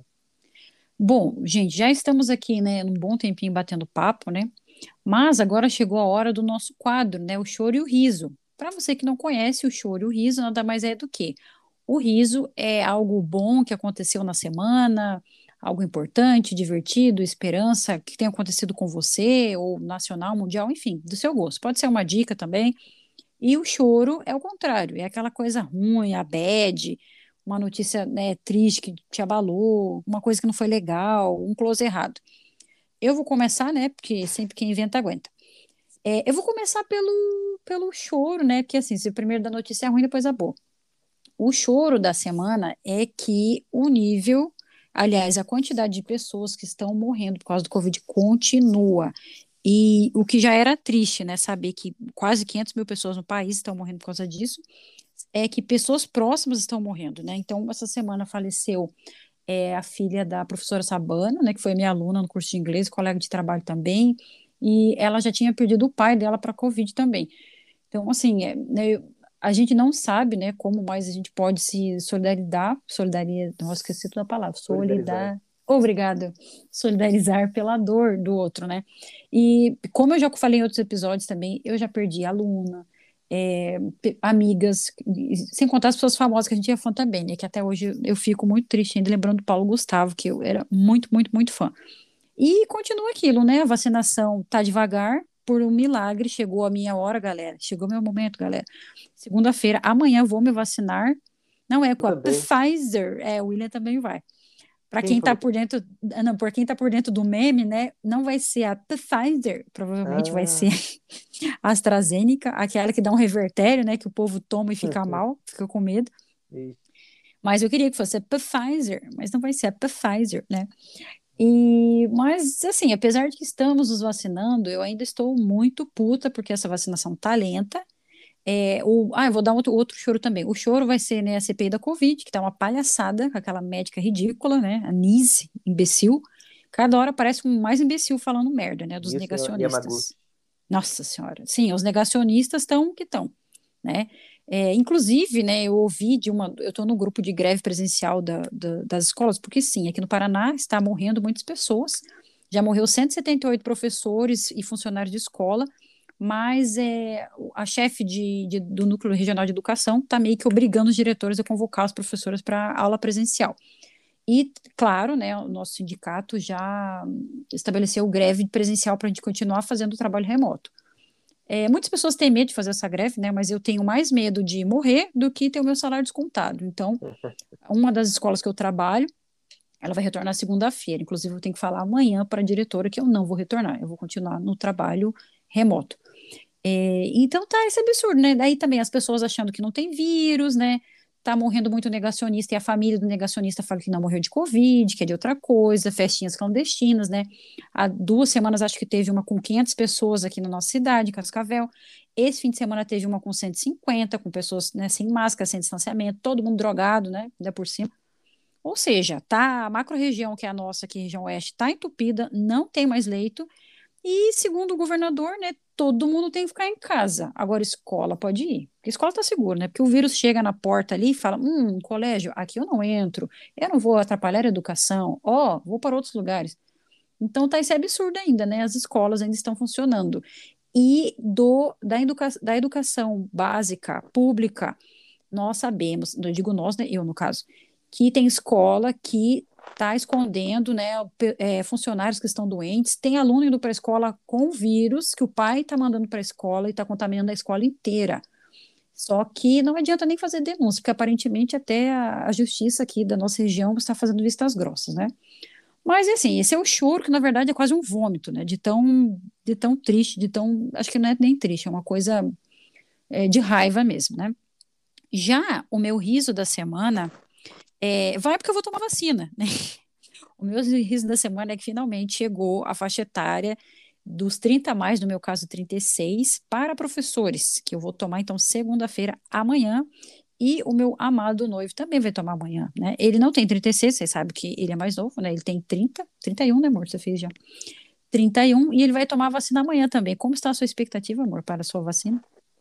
Bom, gente, já estamos aqui, né, num bom tempinho batendo papo, né? Mas agora chegou a hora do nosso quadro, né, o choro e o riso. Para você que não conhece, o choro e o riso nada mais é do que o riso é algo bom que aconteceu na semana, algo importante, divertido, esperança que tenha acontecido com você, ou nacional, mundial, enfim, do seu gosto. Pode ser uma dica também. E o choro é o contrário, é aquela coisa ruim, a bad, uma notícia, né, triste que te abalou, uma coisa que não foi legal, um close errado. Eu vou começar, né, porque sempre quem inventa aguenta. É, eu vou começar pelo, pelo choro, né, porque assim, se o primeiro da notícia é ruim, depois a boa. O choro da semana é que o nível, aliás, a quantidade de pessoas que estão morrendo por causa do Covid continua. E o que já era triste, né, saber que quase quinhentas mil pessoas no país estão morrendo por causa disso, é que pessoas próximas estão morrendo, né? Então, essa semana faleceu é, a filha da professora Sabana, né, que foi minha aluna no curso de inglês, colega de trabalho também, e ela já tinha perdido o pai dela para a Covid também. Então, assim, é, né, a gente não sabe, né, como mais a gente pode se solidarizar, solidarizar, nossa, esqueci toda a palavra, Solidarizar. solidar, obrigada, solidarizar pela dor do outro, né? E como eu já falei em outros episódios também, eu já perdi aluna, é, pe- amigas, e sem contar as pessoas famosas que a gente é fã também, né? Que até hoje eu fico muito triste ainda lembrando do Paulo Gustavo, que eu era muito, muito, muito fã. E continua aquilo, né? A vacinação tá devagar, por um milagre, chegou a minha hora, galera. Chegou meu momento, galera. Segunda-feira, amanhã vou me vacinar. Não é Eu com a também. Pfizer, é, o William também vai. Para Quem quem tá falou? por dentro, ah, não, por quem tá por dentro do meme, né? Não vai ser a Pfizer, provavelmente vai ser Ah, a AstraZeneca, aquela que dá um revertério, né? Que o povo toma e fica mal, fica com medo. isso. Mas eu queria que fosse a Pfizer, mas não vai ser a Pfizer, né? E, mas, assim, apesar de que estamos nos vacinando, eu ainda estou muito puta porque essa vacinação tá lenta. É, o, ah, eu vou dar outro, outro choro também. O choro vai ser, né, a C P I da Covid, que tá uma palhaçada com aquela médica ridícula, né? A Nise, imbecil. Cada hora parece um mais imbecil falando merda, né? Dos Isso e Yamaguchi. negacionistas. Nossa Senhora. Sim, os negacionistas estão que estão, né? É, inclusive, né, eu ouvi de uma. Eu estou no grupo de greve presencial da, da- das escolas, porque sim, aqui no Paraná está morrendo muitas pessoas. Já morreu cento e setenta e oito professores e funcionários de escola, mas é, a chefe de, de- do Núcleo Regional de Educação está meio que obrigando os diretores a convocar os professores para aula presencial. E, claro, né, o nosso sindicato já estabeleceu greve presencial para a gente continuar fazendo o trabalho remoto. É, muitas pessoas têm medo de fazer essa greve, né, mas eu tenho mais medo de morrer do que ter o meu salário descontado. Então, uma das escolas que eu trabalho, ela vai retornar segunda-feira. Inclusive, eu tenho que falar amanhã para a diretora que eu não vou retornar, eu vou continuar no trabalho remoto. É, então tá esse absurdo, né? Daí também as pessoas achando que não tem vírus, né? Tá morrendo muito negacionista e a família do negacionista fala que não morreu de Covid, que é de outra coisa, festinhas clandestinas, né? Há duas semanas acho que teve uma com quinhentas pessoas aqui na nossa cidade, Cascavel. Esse fim de semana teve uma com cento e cinquenta, com pessoas, né, sem máscara, sem distanciamento, todo mundo drogado, né? Ainda por cima. Ou seja, tá, a macro-região que é a nossa aqui, região oeste, tá entupida, não tem mais leito e, segundo o governador, né, todo mundo tem que ficar em casa. Agora, escola pode ir. Porque a escola está segura, né? Porque o vírus chega na porta ali e fala: hum, colégio, aqui eu não entro, eu não vou atrapalhar a educação, ó, oh, vou para outros lugares. Então, tá esse absurdo ainda, né? As escolas ainda estão funcionando. E do, da, educa da educação básica, pública, nós sabemos, eu digo nós, né, eu no caso, que tem escola que está escondendo, né, é, funcionários que estão doentes, tem aluno indo para a escola com vírus que o pai está mandando para a escola e está contaminando a escola inteira. Só que não adianta nem fazer denúncia, porque aparentemente até a, a justiça aqui da nossa região está fazendo vistas grossas, né? Mas assim, esse é o choro que na verdade é quase um vômito, né? De tão, de tão triste, de tão, acho que não é nem triste, é uma coisa é, de raiva mesmo, né? Já o meu riso da semana é, vai porque eu vou tomar vacina, né? O meu riso da semana é que finalmente chegou a faixa etária dos trinta a mais, no meu caso trinta e seis, para professores, que eu vou tomar então segunda-feira, amanhã, e o meu amado noivo também vai tomar amanhã, né? Ele não tem trinta e seis, vocês sabem que ele é mais novo, né? Ele tem trinta, trinta e um, né, amor? Você fez já. trinta e um, e ele vai tomar a vacina amanhã também. Como está a sua expectativa, amor, para a sua vacina?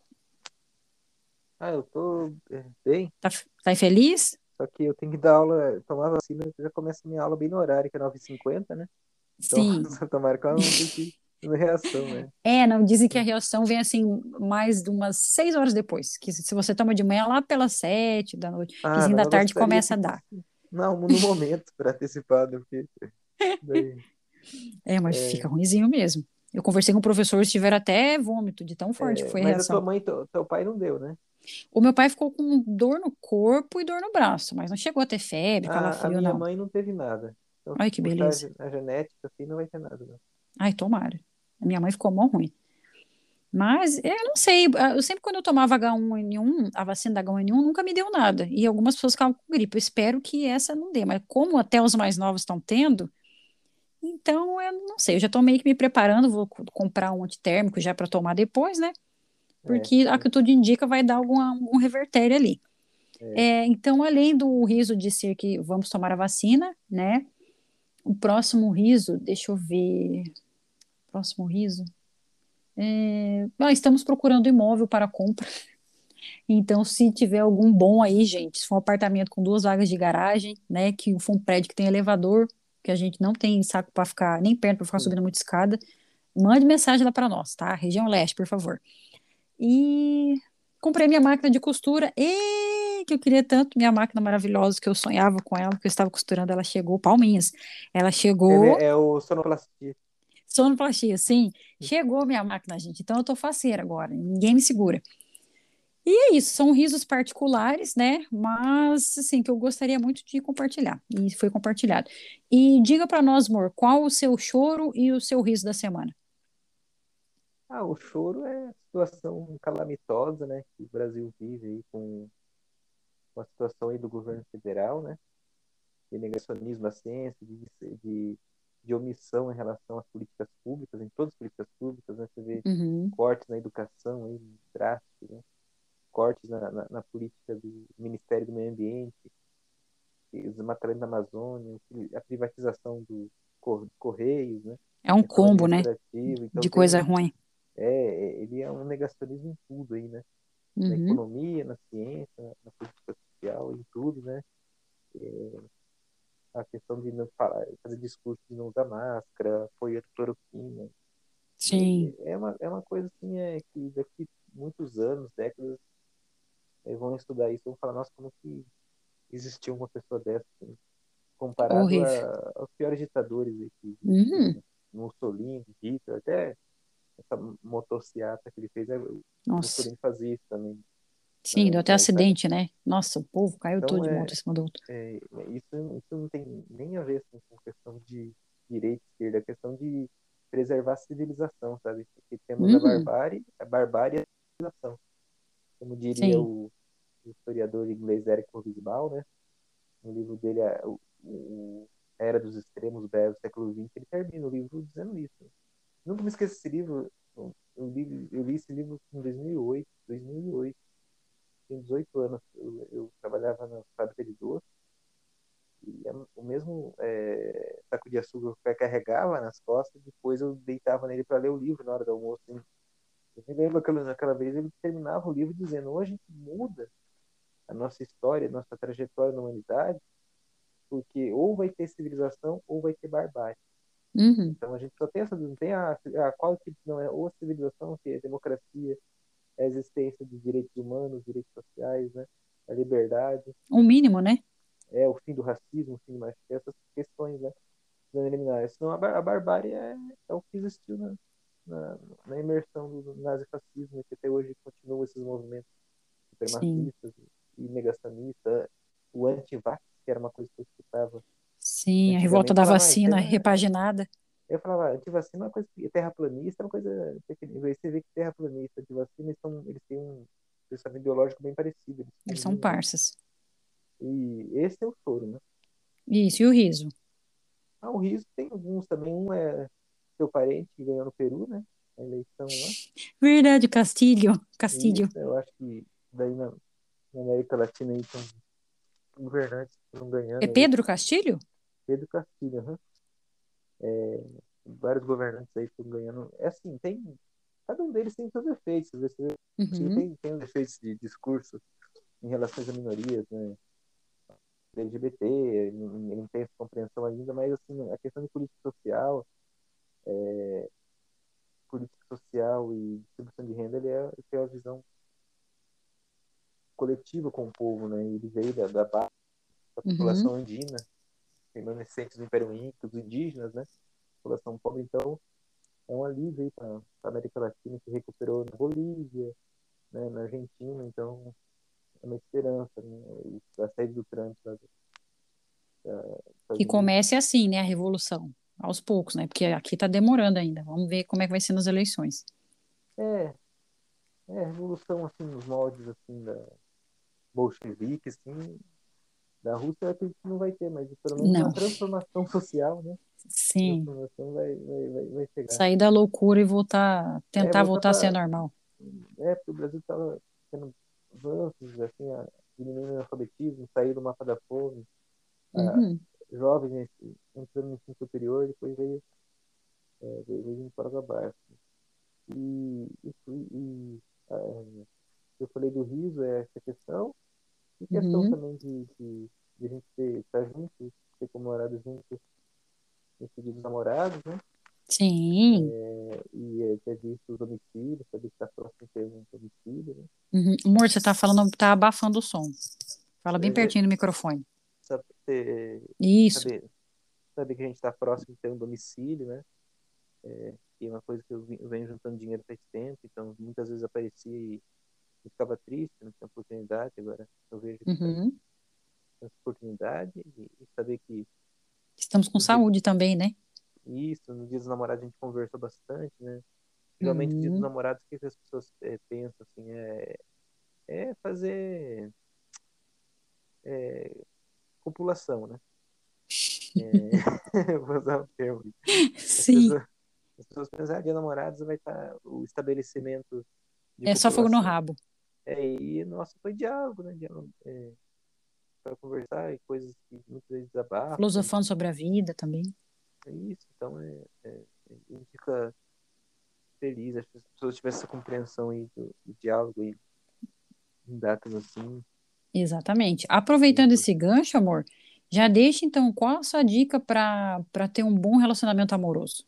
Ah, eu tô é, bem, Tá, tá feliz? só que eu tenho que dar aula, tomar vacina, eu já começa a minha aula bem no horário, que é nove e cinquenta, né? Então, Sim. tomara que ela não fique tendo reação, né? É, não, dizem que a reação vem assim mais de umas seis horas depois, que se se você toma de manhã lá pelas sete da noite, Ah, finzinho não, da eu tarde gostaria começa que a dar. fosse, não, no momento, para antecipado, porque daí, É, mas é, fica ruinzinho mesmo. Eu conversei com o professor, eles tiveram até vômito, de tão forte que é, foi a mas a tua reação. mãe, teu, teu pai não deu, né? O meu pai ficou com dor no corpo e dor no braço, mas não chegou a ter febre, A, a calafrio, minha não. mãe não teve nada. Então, se Ai, que puxar a beleza. ge- a genética, assim, não vai ter nada, não. Ai, tomara. A minha mãe ficou mó ruim. Mas é, eu não sei, eu sempre quando eu tomava H um N um, a vacina da H um N um nunca me deu nada. E algumas pessoas ficavam com gripe. Eu espero que essa não dê, mas como até os mais novos estão tendo, então eu não sei, eu já estou meio que me preparando, vou co- comprar um antitérmico já para tomar depois, né? É, Porque a sim, que tudo indica vai dar algum, algum revertério ali. é. É, então, além do riso de ser que vamos tomar a vacina, né? O próximo riso, deixa eu ver. Próximo riso. É, ah, estamos procurando imóvel para compra. Então, se tiver algum bom aí, gente, se for um apartamento com duas vagas de garagem, né? Que for um prédio que tem elevador, que a gente não tem saco para ficar nem perto para ficar Sim. subindo muita escada, mande mensagem lá para nós, tá? Região Leste, por favor. E comprei minha máquina de costura. E que eu queria tanto, minha máquina maravilhosa, que eu sonhava com ela, que eu estava costurando, ela chegou, palminhas. Ela É, me- chegou, é o sonoplastia. sonoplastia, sim. Chegou minha máquina, gente. Então eu tô faceira agora, ninguém me segura. E é isso, são risos particulares, né? Mas, assim, que eu gostaria muito de compartilhar. E foi compartilhado. E diga para nós, amor, qual o seu choro e o seu riso da semana? Ah, o choro é a situação calamitosa, né, que o Brasil vive aí com, com a situação aí do governo federal, né, de negacionismo da ciência, de, de, de omissão em relação às políticas públicas, em todas as políticas públicas, né, você vê Uhum. cortes na educação aí, drásticos, né, cortes na, na, na política do Ministério do Meio Ambiente, o desmatamento da Amazônia, a privatização do Cor- Correios, né, É um reforma combo, né? administrativa, De então tem coisa um, ruim. é, ele é um negacionismo em tudo aí, né, na Uhum. economia, na ciência, na política social, em tudo, né, a questão de não falar, fazer discurso de não usar máscara, apoio à cloroquina, e Sim, é uma, é uma coisa assim, é que daqui muitos anos, décadas, eh, vão estudar isso e vão falar, nossa, como que existiu uma pessoa dessa, assim, comparado horrível. a, aos piores ditadores aí que Uhum. existiram, Mussolini, Hitler, até essa motociata que ele fez, é, o Nossa. Mussolini fazia isso também Sim, na, deu até na Itália. acidente, né? Nossa, o povo caiu todo Então, de moto é, em cima do outro. é, isso, isso não tem nem a ver assim, com questão de direita e esquerda, é questão de preservar a civilização, sabe? Porque temos a Uhum. barbárie, a barbárie e a civilização. Como diria Sim. o, o historiador inglês Eric Hobsbawm, né? No livro dele, a, o, o Era dos Extremos, Breves, século vinte, ele termina o livro dizendo isso. Nunca me esqueço desse livro. Eu, eu li, eu li esse livro em dois mil e oito. dois mil e oito. Tinha dezoito anos. Eu, eu trabalhava na fábrica de doce. E é o mesmo é, saco de açúcar que eu carregava nas costas, depois eu deitava nele para ler o livro na hora do almoço. Eu me lembro que naquela vez ele terminava o livro dizendo: hoje a gente muda a nossa história, a nossa trajetória na humanidade, porque ou vai ter civilização ou vai ter barbárie. Uhum. Então a gente só tem essa, não tem a, a qual tipo, não é ou a civilização, que é a democracia, a existência de direitos humanos, direitos sociais, né, a liberdade, O mínimo, né? é o fim do racismo, o fim do machismo, essas questões, né? Eliminar. Senão a, bar a barbárie é, é o que existiu na, na, na imersão do, do nazifascismo, que até hoje continuam esses movimentos Sim. supremacistas e negacionistas. O anti-vax, que era uma coisa que eu escutava Sim, a revolta antigamente, da falava, ah, isso é vacina uma... repaginada. Eu falava, antivacina é uma coisa, que- terraplanista é uma coisa pequena. Aí você vê que terraplanista e antivacina, eles, são, eles têm um pensamento ideológico bem parecido, eles Eles são combinam, né? parças. E esse é o choro, né? Isso, e o riso? Ah, o riso tem alguns também, um é seu parente que ganhou no Peru, né? A eleição lá. Verdade, Castilho. E Castilho. isso eu acho que daí na, na América Latina aí são governantes que estão É ganhando aí. Pedro Castilho? Pedro Castilho, aham. É, vários governantes aí estão ganhando. É assim, tem. Cada um deles tem seus defeitos. Às vezes, o Castilho Uhum. tem, tem os defeitos de discurso em relação às minorias, né? L G B T, ele ele não tem essa compreensão ainda, mas assim, a questão de política social, política social e distribuição de renda, ele, é, ele tem uma visão coletiva com o povo, né? Ele veio da, da base da Uhum. população andina, remanescentes do Império Inca, dos indígenas, né? População pobre, então é um alívio para a América Latina que recuperou na Bolívia, né? Na Argentina, então é uma esperança, né? E a saída do Trump lá dos Que Estados Unidos. comece assim, né, a revolução. Aos poucos, né? Porque aqui tá demorando ainda. Vamos ver como é que vai ser nas eleições. É, é revolução assim nos moldes assim da bolchevique, assim, da Rússia eu acredito que não vai ter, mas pelo menos uma Não, transformação social, né? sim. Transformação vai, vai, vai, vai chegar. Sair da loucura e voltar, É, tentar voltar voltar a ser para. normal. É, porque o Brasil estava tendo avanços, assim, a, diminuindo o analfabetismo, sair do mapa da fome, a, Uhum, jovens entrando no ensino superior, depois veio, é, veio, veio indo para abaixo. E, e, e a, eu falei do riso, é essa questão, e questão uhum. também de, de, de a gente ter, estar juntos, ter comemorado juntos nesse dia dos namorados, né? Sim. É, e é, ter visto os homicídios, saber que está próximo de ter um homicídio, né? Uhum. Amor, você tá falando, tá abafando o som. Fala bem É, pertinho do microfone. sabe, ter, Isso. saber, saber que a gente está próximo de ter um domicílio, né? É, e é uma coisa que eu, vim- eu venho juntando dinheiro faz tempo, então muitas vezes aparecia e eu ficava triste, não tinha oportunidade, agora eu vejo que tem Uhum. essa oportunidade e, e saber que Estamos com no dia, saúde também, né? isso, no dia dos namorados a gente conversou bastante, né? Geralmente, dia dos Uhum. namorados, o que que as pessoas é, pensam, assim, é, é fazer é, copulação, né? É, vou usar o termo. As Sim, pessoas, as pessoas pensam, ah, dia dos namorados vai estar o estabelecimento de é só fogo no copulação. rabo. É, e, nossa, foi diálogo, né? Diálogo, é, para conversar e coisas que muitas vezes desabafam. Filosofando sobre a vida também. É isso, então é, é, a gente fica feliz, acho que as pessoas tivessem essa compreensão aí do, do diálogo aí, em datas assim, Exatamente. bem Aproveitando esse importante. gancho, amor, já deixa então qual a sua dica para para ter um bom relacionamento amoroso?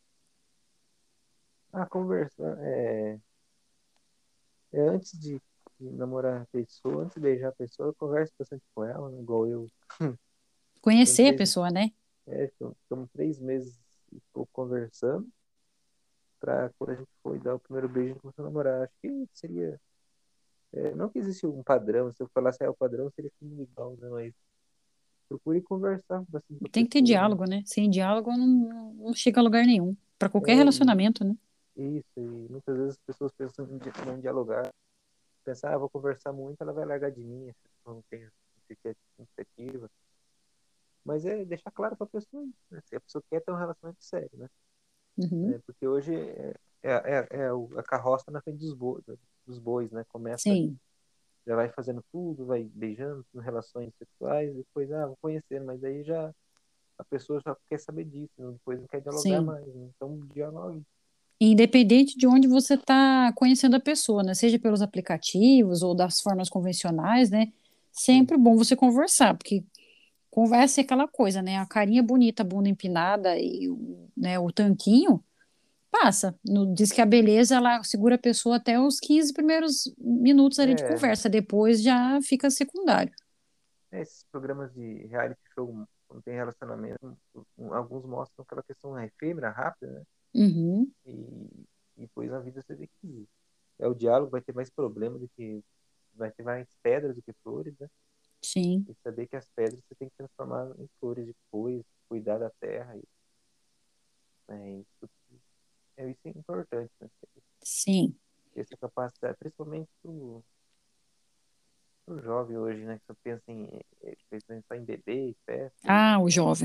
Ah, conversar, é, é antes de, de namorar a pessoa, antes de beijar a pessoa, eu converso bastante com ela, né, igual eu. Tem Conhecer a três, pessoa, né? é, estamos três meses e pouco conversando, para quando a gente for dar o primeiro beijo, a gente começar a namorar. Acho que seria, é, não que existe um padrão, se eu falasse, é o padrão, seria tudo igual, né, mas procure conversar bastante com a Tem que ter pessoa, né? diálogo, né? Sem diálogo não, não chega a lugar nenhum. Para qualquer É, e relacionamento, né? isso, e muitas vezes as pessoas pensam em di- não dialogar, pensar, ah, vou conversar muito, ela vai largar de mim, essa pessoa não tem essa iniciativa. Mas é deixar claro para a pessoa, né? Se a pessoa quer ter um relacionamento sério, né? Uhum. É, porque hoje é, é, é, é o- a carroça na frente dos, bo dos bois, né? Começa, Sim, já vai fazendo tudo, vai beijando, tendo relações sexuais, depois, ah, vou conhecendo, mas aí já a pessoa já quer saber disso, né? Depois não quer dialogar sim. mais, né? Então, dialogue. Independente de onde você está conhecendo a pessoa, né? Seja pelos aplicativos ou das formas convencionais, né? Sim. Sempre bom você conversar, porque conversa é aquela coisa, né? A carinha bonita, a bunda empinada e o, né, o tanquinho passa. No, diz que a beleza ela segura a pessoa até os quinze primeiros minutos ali de É, conversa, depois já fica secundário. é, esses programas de reality show, quando tem relacionamento, um- alguns mostram aquela questão efêmera, rápida, né? Uhum, E, e depois na vida você vê que é o diálogo, vai ter mais problema do que. Vai ter mais pedras do que flores, né? sim, E saber que as pedras você tem que transformar em flores depois, cuidar da terra. E, né, isso, é, isso é importante, né? sim. Ter essa capacidade, principalmente pro, pro jovem hoje, né? Que só pensa em, eh, pensa só em bebê e festa. E, Ah, o né? jovem,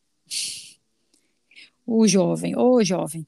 o jovem, o jovem.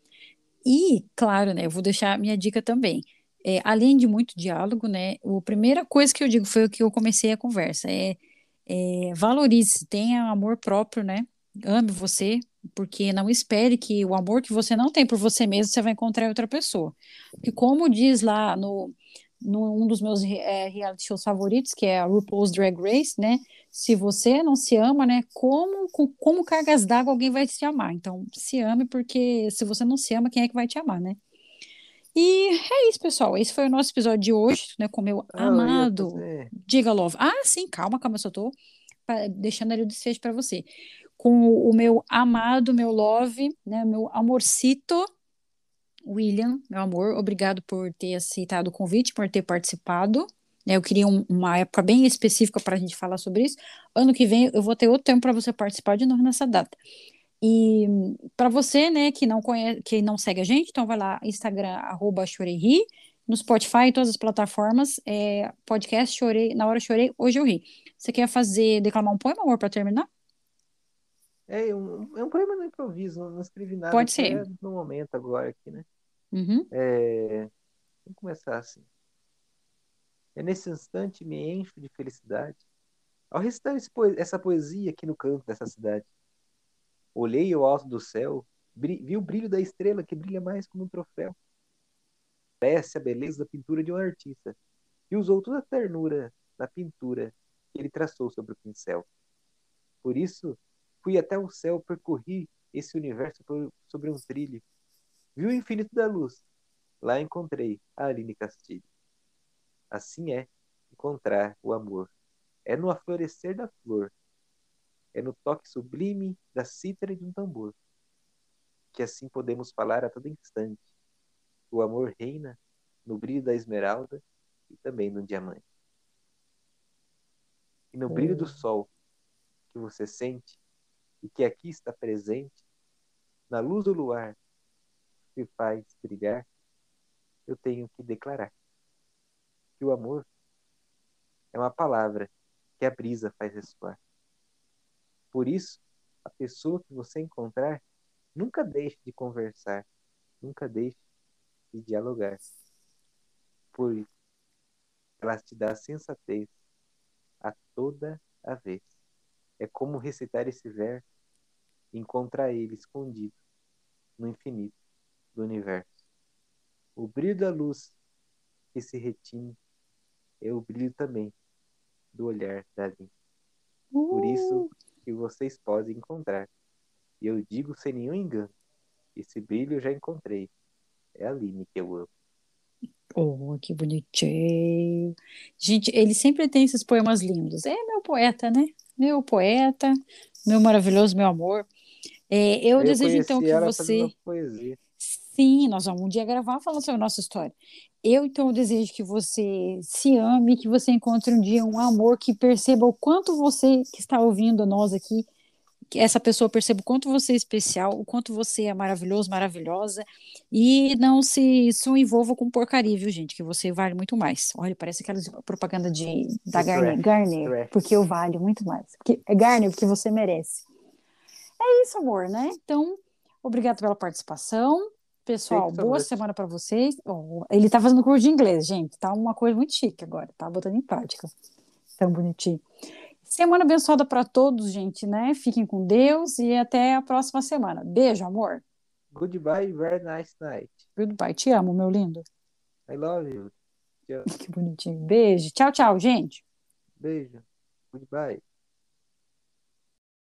E, claro, né, eu vou deixar a minha dica também. É, além de muito diálogo, né, a primeira coisa que eu digo foi o que eu comecei a conversa, é, é valorize, tenha amor próprio, né, ame você, porque não espere que o amor que você não tem por você mesmo, você vai encontrar em outra pessoa. Porque como diz lá no, no um dos meus é, reality shows favoritos, que é a RuPaul's Drag Race, né, se você não se ama, né, como, com- como cargas d'água alguém vai te amar? Então, se ame, porque se você não se ama, quem é que vai te amar, né? E é isso, pessoal. Esse foi o nosso episódio de hoje, né, com o meu Ah, eu ia amado fazer. Diga Love. Ah, sim, calma, calma, eu só tô pa- deixando ali o desfecho para você. Com o, o meu amado, meu love, né, meu amorcito, William, meu amor, obrigado por ter aceitado o convite, por ter participado. Né, Eu queria um- uma época bem específica para a gente falar sobre isso. Ano que vem eu vou ter outro tempo para você participar de novo nessa data. E para você, né, que não conhece, que não segue a gente, então vai lá, Instagram, arroba Chorei, no Spotify, em todas as plataformas, é, podcast Chorei, na hora eu chorei, hoje eu ri. Você quer fazer, declamar um poema, amor, para terminar? É um, é um poema no improviso, não, não escrevi nada, Pode só ser. é no momento agora aqui, né? Uhum. É, vamos começar assim. É nesse instante me encho de felicidade. Ao recitar esse poe- essa poesia aqui no canto dessa cidade, olhei ao alto do céu, bri- vi o brilho da estrela que brilha mais como um troféu. Parece a beleza da pintura de um artista, e usou toda a ternura da pintura que ele traçou sobre o pincel. Por isso, fui até o céu, percorri esse universo por- sobre um trilho, vi o infinito da luz. Lá encontrei a Aline Castilho. Assim é encontrar o amor. É no aflorescer da flor, é no toque sublime da cítara de um tambor, que assim podemos falar a todo instante. O amor reina no brilho da esmeralda e também no diamante. E no brilho do Oh. sol que você sente e que aqui está presente, na luz do luar que faz brilhar, eu tenho que declarar que o amor é uma palavra que a brisa faz ressoar. Por isso, a pessoa que você encontrar, nunca deixe de conversar, nunca deixe de dialogar, pois ela te dá sensatez a toda a vez. É como recitar esse verso e encontrar ele escondido no infinito do universo. O brilho da luz que se retine é o brilho também do olhar da Aline. Por isso Uh. que vocês podem encontrar. E eu digo sem nenhum engano, esse brilho eu já encontrei. É a Aline que eu amo. Oh, que bonitinho. Gente, ele sempre tem esses poemas lindos. É meu poeta, né? Meu poeta, meu maravilhoso, meu amor. É, eu Aí eu desejo então conheci que ela fazendo você. poesia. Sim, nós vamos um dia gravar falando sobre a nossa história. Eu então desejo que você se ame, que você encontre um dia um amor que perceba o quanto você que está ouvindo nós aqui, que essa pessoa perceba o quanto você é especial, o quanto você é maravilhoso, maravilhosa, e não se isso envolva com porcaria, viu, gente? Que você vale muito mais. Olha, parece aquela propaganda de, da O Garnier, trash, Garnier, trash. porque eu valho muito mais. Porque, é Garnier, porque você merece. É isso, amor, né? Então, obrigado pela participação. Pessoal, Take so boa much. semana para vocês. Oh, ele tá fazendo curso de inglês, gente. Tá uma coisa muito chique agora, tá botando em prática. Tão bonitinho. Semana abençoada para todos, gente, né? Fiquem com Deus e até a próxima semana. Beijo, amor. Goodbye, very nice night. Goodbye. Te amo, meu lindo. I love you. Que bonitinho. Beijo. Tchau, tchau, gente. Beijo. Goodbye.